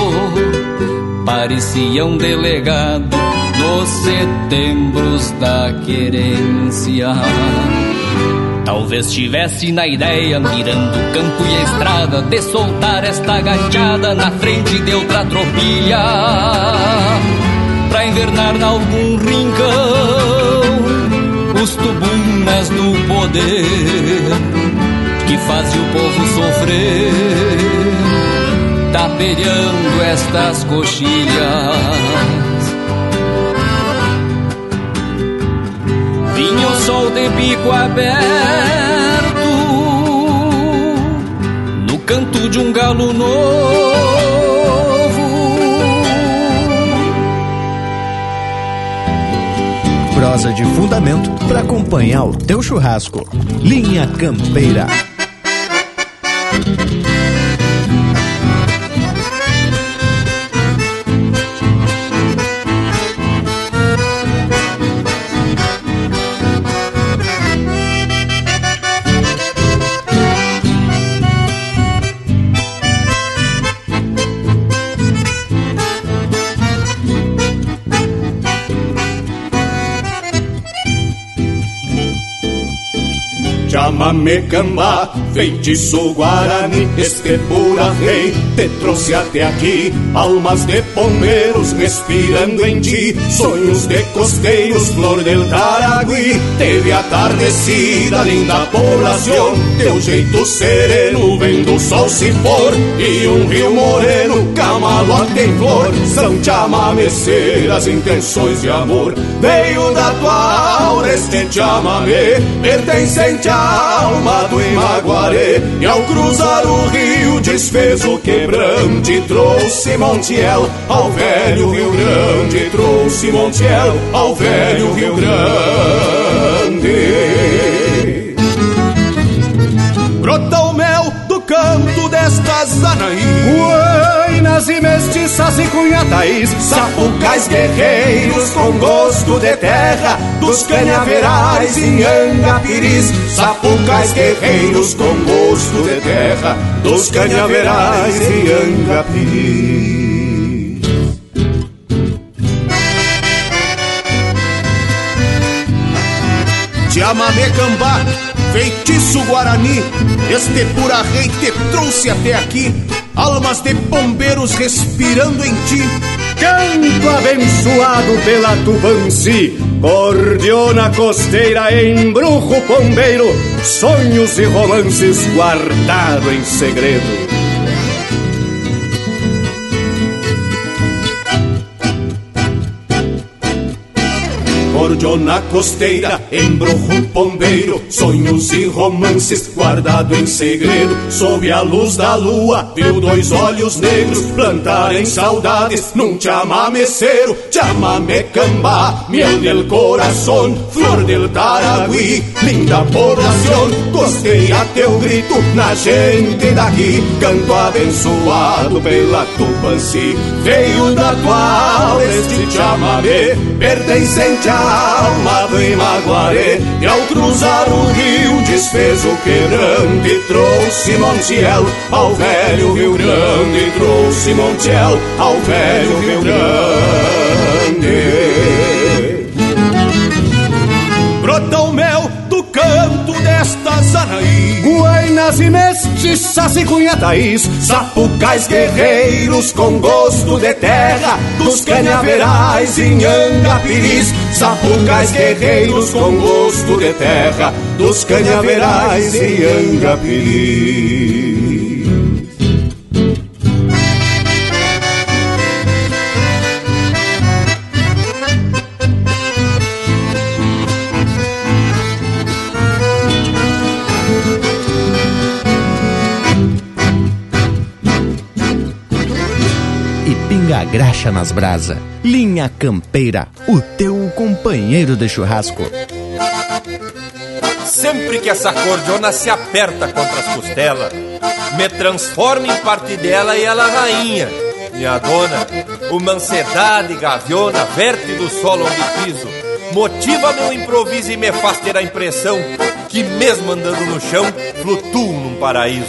Speaker 15: parecia um delegado nos setembros da querência. Talvez tivesse na ideia, mirando o campo e a estrada, de soltar esta gateada na frente de outra tropilha, pra invernar nalgum rincão os tubunas do poder que fazem o povo sofrer, tapeando estas coxilhas. Vinha o sol de bico aberto no canto de um galo novo.
Speaker 2: Prosa de fundamento para acompanhar o teu churrasco. Linha Campeira.
Speaker 13: Chamame cambá, feitiço guarani, este pura rei te trouxe até aqui. Almas de pombeiros respirando em ti, sonhos de costeiros, flor del Taragüí. Teve atardecida, linda poblação, teu jeito sereno vem do sol se for. E um rio moreno, camalote em flor, são chamameceiras intenções de amor. Veio da tua aura este chamamê, pertencente à alma do Imaguaré. E ao cruzar o rio desfez o quebrante, trouxe Montiel ao velho Rio Grande. Trouxe Montiel ao velho Rio Grande. Brota o mel do canto destas anaís, guainas e mestiças e cunhataís, sapucais guerreiros com gosto de terra, dos canhaverais em Angapiris. Sapucais guerreiros com gosto de terra, dos canhaverais em Angapiris. Chamamé cambá, feitiço guarani, este pura rei te trouxe até aqui. Almas de pombeiros respirando em ti, canto abençoado pela Tupanci, cordiona costeira, embrujo pombeiro, sonhos e romances guardado em segredo.
Speaker 16: Cordiona costeira, embrujo pombeiro, sonhos e romances guardado em segredo. Sob a luz da lua, viu dois olhos negros plantarem saudades num chamameceiro. Chamame cambá, miel del corazón, flor del Taragüí, linda población. Costeia teu grito na gente daqui, canto abençoado pela Tupanci. Veio da tua este chamamé, pertencente à alma do Imaguaré, e ao cruzar o rio desfez o quebrante, trouxe Montiel ao velho Rio Grande, trouxe Montiel ao velho Rio Grande.
Speaker 13: Brota o mel do canto destas Anaí, guainas e mestiças e cunhataís, sapucais guerreiros com gosto de terra, dos canhaverais em Angapiris. Sapucais guerreiros com gosto de terra, dos canhaverais em Angapiris.
Speaker 2: A graxa nas brasa, Linha Campeira, o teu companheiro de churrasco.
Speaker 17: Sempre que essa cordiona se aperta contra as costelas, me transforma em parte dela e ela rainha. Minha dona, uma ansiedade gaviona verte do solo onde piso, motiva meu improviso e me faz ter a impressão que mesmo andando no chão, flutuo num paraíso.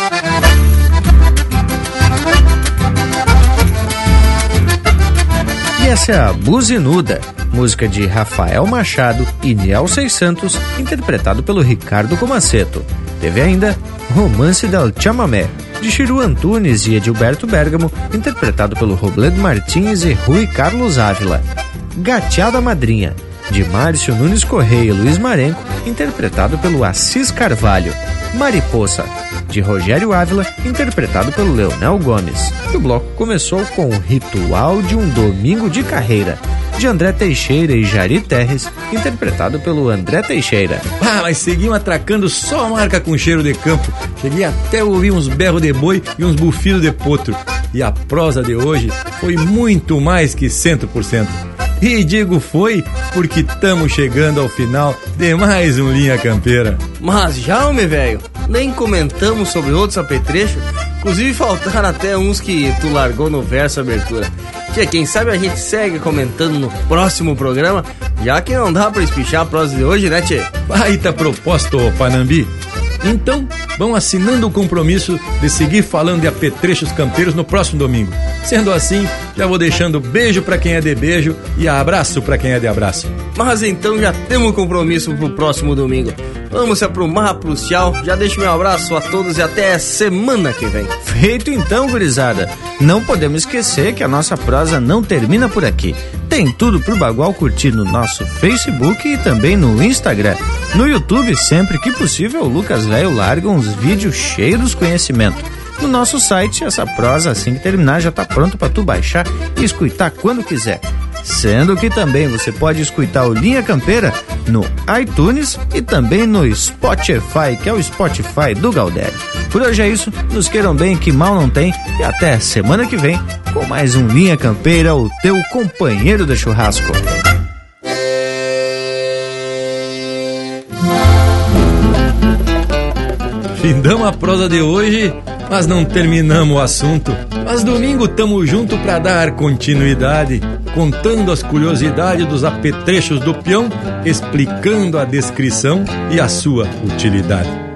Speaker 2: E essa é a Buzinuda, música de Rafael Machado e Nielsen Santos, interpretado pelo Ricardo Comaceto. Teve ainda Romance del Chamamé, de Chiru Antunes e Edilberto Bergamo, interpretado pelo Robledo Martins e Rui Carlos Ávila. Gateada Madrinha, de Márcio Nunes Correia e Luiz Marenco, interpretado pelo Assis Carvalho. Mariposa, de Rogério Ávila, interpretado pelo Leonel Gomes. E o bloco começou com o Ritual de um Domingo de Carreira, de André Teixeira e Jari Terres, interpretado pelo André Teixeira.
Speaker 1: Ah, mas seguimos atracando só marca com cheiro de campo. Cheguei até a ouvir uns berros de boi e uns bufidos de potro. E a prosa de hoje foi muito mais que cem por cento. E digo foi porque estamos chegando ao final de mais um Linha Campeira.
Speaker 5: Mas já, homem velho, nem comentamos sobre outros apetrechos. Inclusive faltaram até uns que tu largou no verso abertura. Tia, quem sabe a gente segue comentando no próximo programa, já que não dá pra espichar a prosa de hoje, né, tchê?
Speaker 1: Baita proposto, Panambi. Então, vão assinando o compromisso de seguir falando de apetrechos campeiros no próximo domingo. Sendo assim, já vou deixando beijo pra quem é de beijo e abraço pra quem é de abraço.
Speaker 5: Mas então já temos um compromisso pro próximo domingo. Vamos se aprumar pro tchau. Já deixo meu abraço a todos e até semana que vem.
Speaker 2: Feito então, gurizada. Não podemos esquecer que a nossa prosa não termina por aqui. Tem tudo pro Bagual curtir no nosso Facebook e também no Instagram. No YouTube, sempre que possível, o Lucas Velho larga uns vídeos cheios dos conhecimentos. No nosso site, essa prosa, assim que terminar, já tá pronto para tu baixar e escutar quando quiser. Sendo que também você pode escutar o Linha Campeira no iTunes e também no Spotify, que é o Spotify do Galdério. Por hoje é isso, nos queiram bem, que mal não tem, e até semana que vem com mais um Linha Campeira, o teu companheiro de churrasco.
Speaker 1: Findamos a prosa de hoje, mas não terminamos o assunto. Mas domingo tamo junto pra dar continuidade, contando as curiosidades dos apetrechos do peão, explicando a descrição e a sua utilidade.